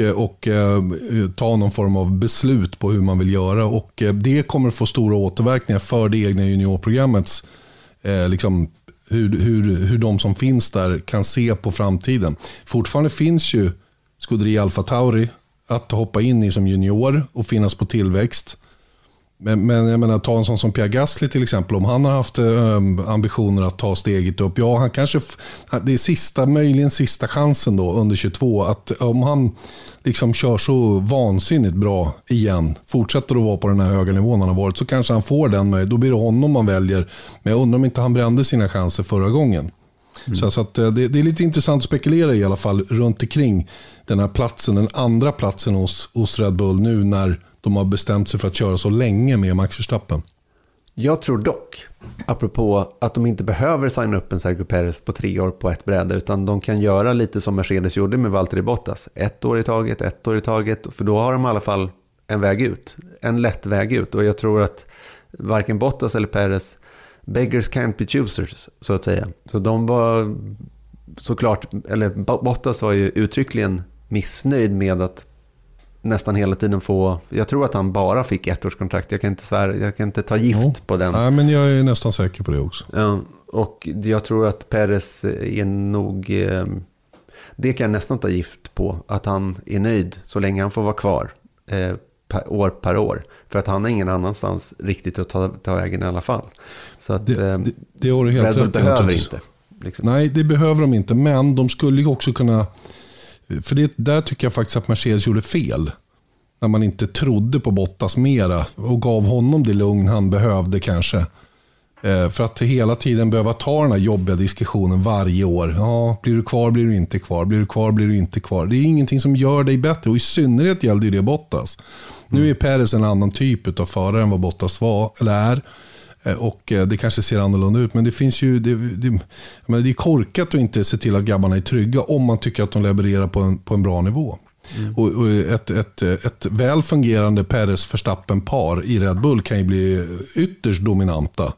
ta någon form av beslut på hur man vill göra. Och det kommer att få stora återverkningar för det egna juniorprogrammets liksom hur de som finns där kan se på framtiden. Fortfarande finns ju Scuderia Alfa Tauri att hoppa in i som junior och finnas på tillväxt. Men jag menar, ta en sån som Pierre Gasly till exempel, om han har haft ambitioner att ta steget upp, ja, han kanske, det är möjligen sista chansen då under 22, att om han liksom kör så vansinnigt bra igen, fortsätter att vara på den här höga nivån han har varit, så kanske han får den med, då blir det honom man väljer. Men jag undrar om inte han brände sina chanser förra gången. Så att det är lite intressant att spekulera i alla fall runt omkring den här platsen, den andra platsen hos Red Bull nu när de har bestämt sig för att köra så länge med Max Verstappen. Jag tror dock, apropå att de inte behöver signa upp en Sergio Perez på 3 år på ett bräde, utan de kan göra lite som Mercedes gjorde med Valtteri Bottas. 1 år i taget, för då har de i alla fall en väg ut, en lätt väg ut. Och jag tror att varken Bottas eller Perez, beggars can't be choosers, så att säga. Så de var såklart, eller Bottas var ju uttryckligen missnöjd med att nästan hela tiden få, jag tror att han bara fick 1-årskontrakt. Jag kan inte ta gift på den. Nej, men jag är nästan säker på det också. Ja, och jag tror att Perez är nog, det kan jag nästan ta gift på, att han är nöjd så länge han får vara kvar år per år. För att han är ingen annanstans riktigt att ta vägen i alla fall. Så att det har du helt Red Bull rätt, behöver inte. Liksom. Nej, det behöver de inte, men de skulle ju också kunna, för där tycker jag faktiskt att Mercedes gjorde fel. När man inte trodde på Bottas mera och gav honom det lugn han behövde kanske. För att hela tiden behöva ta den här jobbiga diskussionen varje år. Ja, blir du kvar, blir du inte kvar. Blir du kvar, blir du inte kvar. Det är ingenting som gör dig bättre. Och i synnerhet gällde det Bottas. Nu är Perez en annan typ av förare än vad Bottas var eller är. Och det kanske ser annorlunda ut. Men det finns ju, det är korkat att inte se till att grabbarna är trygga om man tycker att de levererar på en bra nivå. Och ett väl fungerande Perez-Verstappen-par i Red Bull kan ju bli ytterst dominanta.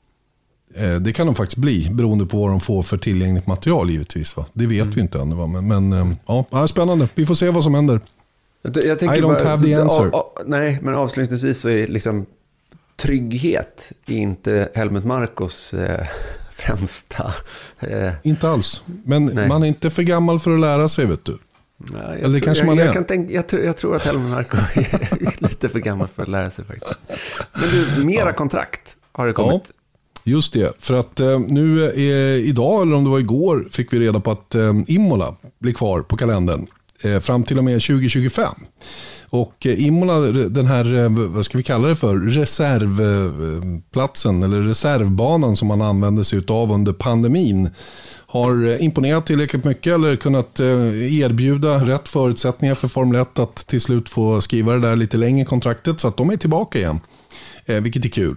Det kan de faktiskt bli, beroende på vad de får för tillgängligt material givetvis. Va? Det vet vi inte ännu. Va? Men ja, spännande. Vi får se vad som händer. Jag tänker I don't have the answer. Nej, men avslutningsvis så är liksom trygghet är inte Helmut Markos främsta. Inte alls. Men nej, man är inte för gammal för att lära sig, vet du. Nej, eller kanske man är. Jag tror att Helmut Marko är lite för gammal för att lära sig faktiskt. Men du, mera kontrakt har det kommit. Ja, just det. För att nu idag, eller om det var igår, fick vi reda på att Imola blir kvar på kalendern fram till och med 2025. Och Imola, den här, vad ska vi kalla det för, reservplatsen eller reservbanan som man använde sig av under pandemin, har imponerat tillräckligt mycket eller kunnat erbjuda rätt förutsättningar för Formel 1 att till slut få skriva det där lite längre kontraktet, så att de är tillbaka igen, vilket är kul.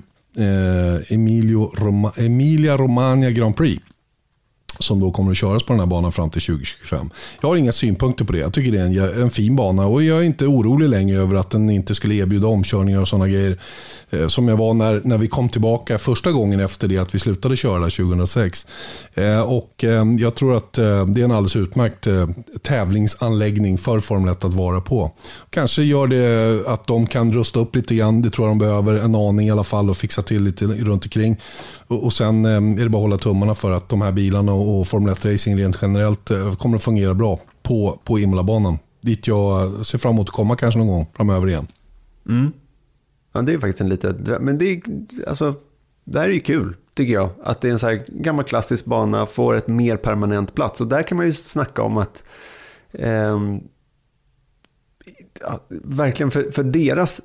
Emilia Romagna Grand Prix, som då kommer att köras på den här banan fram till 2025. Jag har inga synpunkter på det. Jag tycker det är en fin bana och jag är inte orolig längre över att den inte skulle erbjuda omkörningar och sådana grejer som jag var när vi kom tillbaka första gången efter det att vi slutade köra 2006. Och jag tror att det är en alldeles utmärkt tävlingsanläggning för Formel 1 att vara på. Kanske gör det att de kan rusta upp lite grann. Det tror jag de behöver en aning i alla fall och fixa till lite runt omkring. Och sen är det bara att hålla tummarna för att de här bilarna och Formel 1-racing rent generellt kommer att fungera bra på Imola-banan. Dit jag ser fram emot att komma kanske någon gång framöver igen. Mm. Ja, det är faktiskt en liten dröm. Men det här är ju kul, tycker jag. Att det är en så här gammal klassisk bana, får ett mer permanent plats. Och där kan man ju snacka om att verkligen för deras,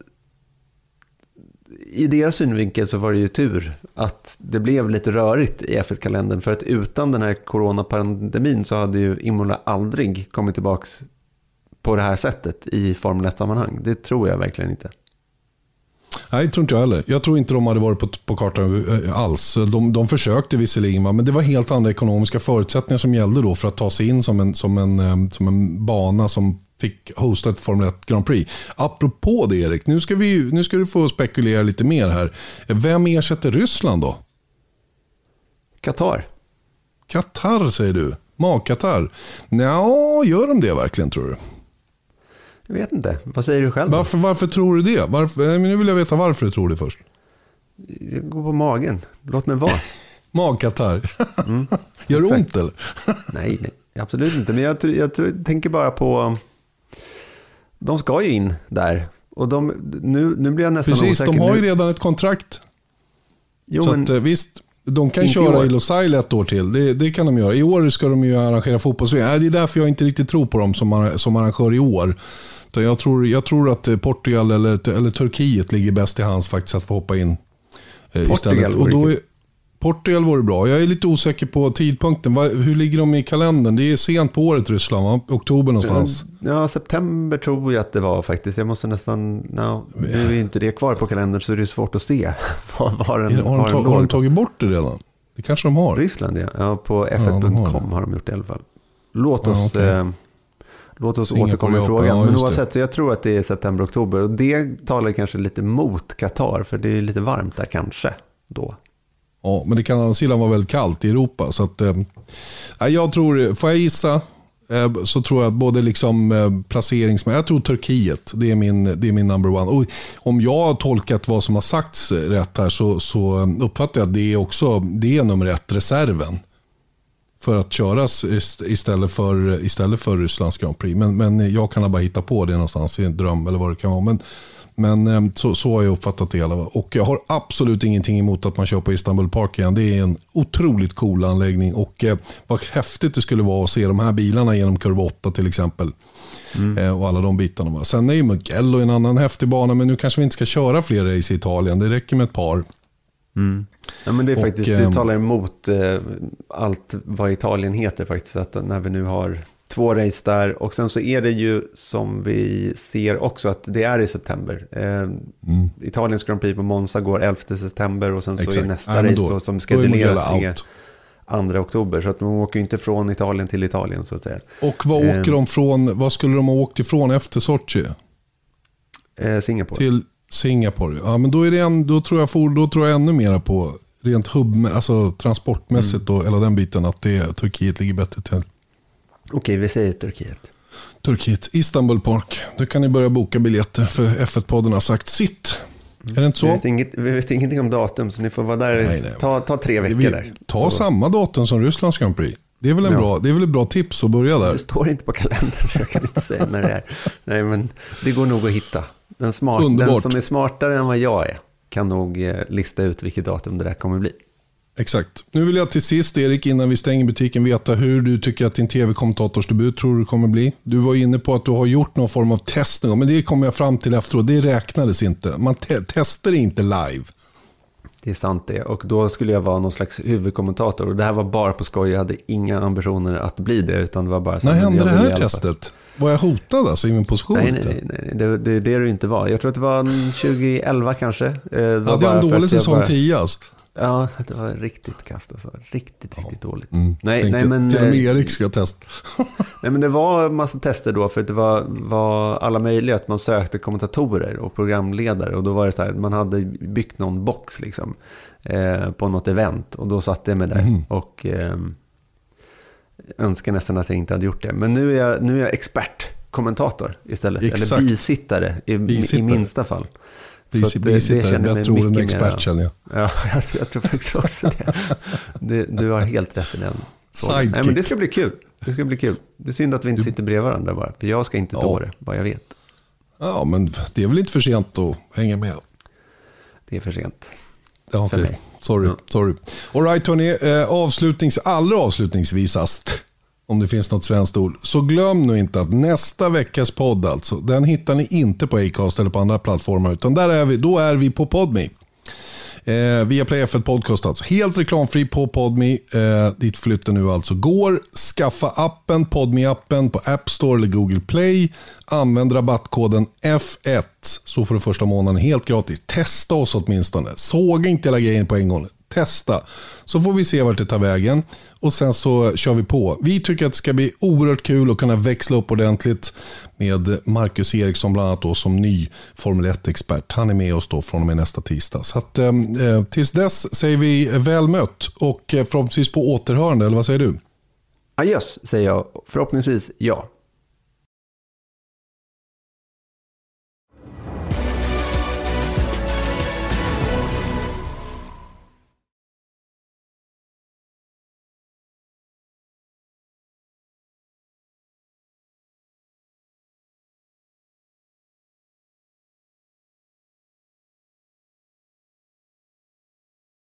i deras synvinkel så var det ju tur att det blev lite rörigt i F1-kalendern, för att utan den här coronapandemin så hade ju Imola aldrig kommit tillbaks på det här sättet i Formel 1-sammanhang. Det tror jag verkligen inte. Nej, tror inte jag heller. Jag tror inte de hade varit på kartan alls. De försökte visserligen, men det var helt andra ekonomiska förutsättningar som gällde då för att ta sig in som en bana som fick hosta ett Formel 1 Grand Prix. Apropå det, Erik, nu ska du få spekulera lite mer här. Vem ersätter Ryssland då? Qatar. Qatar säger du? Qatar. Nja, gör de det verkligen, tror du? Jag vet inte. Vad säger du själv? Varför tror du det? Nu vill jag veta varför du tror det först. Jag går på magen. Låt mig vara. Qatar. Gör det ont eller? Nej, absolut inte. Men jag tänker bara på... De ska ju in där Och nu blir jag nästan precis, osäker. De har ju redan ett kontrakt. Jo, så men... att, visst, de kan köra i Losail ett år till. Det kan de göra. I år ska de ju arrangera fotbolls-VM. Det är därför jag inte riktigt tror på dem som arrangör i år. Så jag tror att Portugal eller Turkiet ligger bäst i hands faktiskt att få hoppa in istället. Och då Portugal vore bra. Jag är lite osäker på tidpunkten. Hur ligger de i kalendern? Det är sent på året, Ryssland, va? Oktober någonstans. Ja, september tror jag att det var faktiskt. Jag måste nästan... det är ju inte det kvar på kalendern, så det är svårt att se. Har de tagit bort det redan? Det kanske de har. Ryssland, ja. På f1.com har de gjort det i alla fall. Låt oss återkomma i frågan. Men oavsett, så jag tror att det är september-oktober. Och det talar kanske lite mot Qatar, för det är lite varmt där kanske då. Ja, men det kan andra sidan vara väldigt kallt i Europa. Så att, jag tror, får jag gissa, så tror jag både liksom placeringsmässigt, jag tror Turkiet, det är min number one. Och om jag har tolkat vad som har sagts rätt här, så uppfattar jag att det är nummer 1, reserven. För att köras istället för Rysslands Grand Prix. Men jag kan bara hitta på det någonstans i en dröm eller vad det kan vara. Men så har jag uppfattat det hela. Och jag har absolut ingenting emot att man kör på Istanbul Park igen. Det är en otroligt cool anläggning. Och vad häftigt det skulle vara att se de här bilarna genom kurva 8 till exempel. Och alla de bitarna. Sen är ju Mugello en annan häftig bana. Men nu kanske vi inte ska köra fler race i Italien. Det räcker med ett par. Ja, men det är faktiskt, det talar emot allt vad Italien heter faktiskt, att när vi nu har 2 race där, och sen så är det ju som vi ser också att det är i september. Italiens Grand Prix på Monza går 11 september och sen så är nästa race då som schedulerat 2 oktober, så att de åker inte från Italien till Italien så att säga. Och vad åker de från, vad skulle de ha åkt ifrån efter Sochi? Singapore. Till Singapore. Ja, men då tror jag ännu mer på rent alltså transportmässigt då, eller den biten, att Turkiet ligger bättre till. Okej, vi säger Turkiet. Istanbul Park. Då kan ni börja boka biljetter, för F1-podden har sagt sitt. Är det inte så? Vi vet ingenting om datum, så ni får vara där. Nej. Ta 3 veckor där. Ta samma datum som Rysslands Grand Prix. Det är väl ett bra tips att börja där. Det står inte på kalendern, så jag kan inte säga när det är. Nej, men det går nog att hitta. Den som är smartare än vad jag är kan nog lista ut vilket datum det där kommer bli. Exakt. Nu vill jag till sist, Erik, innan vi stänger butiken, veta hur du tycker att din tv-kommentatorsdebut tror du kommer bli. Du var inne på att du har gjort någon form av test, men det kommer jag fram till efteråt. Det räknades inte. Man testar inte live. Det är sant det. Och då skulle jag vara någon slags huvudkommentator. Och det här var bara på skoj. Jag hade inga ambitioner att bli det. Utan det var bara så. När hände det här testet? Var jag hotad alltså i min position? Nej. Det är det du inte var. Jag tror att det var 2011 kanske. Det var en dålig säsong 10 alltså. Ja, det var riktigt kast alltså. Riktigt dåligt. Nej, men till och med Erik ska testa. Nej, men det var en massa tester då, för det var alla möjliga, att man sökte kommentatorer och programledare, och då var det så här, man hade byggt någon box liksom på något event, och då satt jag med där och önskar nästan att jag inte hade gjort det. Men nu är jag expertkommentator istället. Exakt. Eller bisittare i minsta fall. Bisittare, jag tror en expert känner jag. Ja, jag tror faktiskt också det. Du har helt rätt i den. Sidekick. Nej, men det ska bli kul. Det är synd att vi inte sitter bredvid varandra bara. För jag ska inte ta det, vad jag vet. Ja, men det är väl inte för sent att hänga med. Det är för sent. Ja, okej. Sorry. All right, hörni. Allra avslutningsvisast, om det finns något svenskt ord, så glöm nu inte att nästa veckas podd, alltså, den hittar ni inte på Acast eller på andra plattformar, utan då är vi på Podme. Via Play F1 Podcast, alltså helt reklamfri på Podme. Dit flytten nu alltså går. Skaffa appen, Podme-appen på App Store eller Google Play. Använd rabattkoden F1, så får du första månaden helt gratis. Testa oss åtminstone. Såga inte hela grejen på en gång. Testa, så får vi se vart det tar vägen, och sen så kör vi på. Vi tycker att det ska bli oerhört kul att kunna växla upp ordentligt med Marcus Eriksson bland annat då, som ny Formel 1-expert. Han är med oss då från och med nästa tisdag. Så att, tills dess säger vi väl mött, och förhoppningsvis på återhörande, eller vad säger du? Yes, säger jag. Förhoppningsvis ja.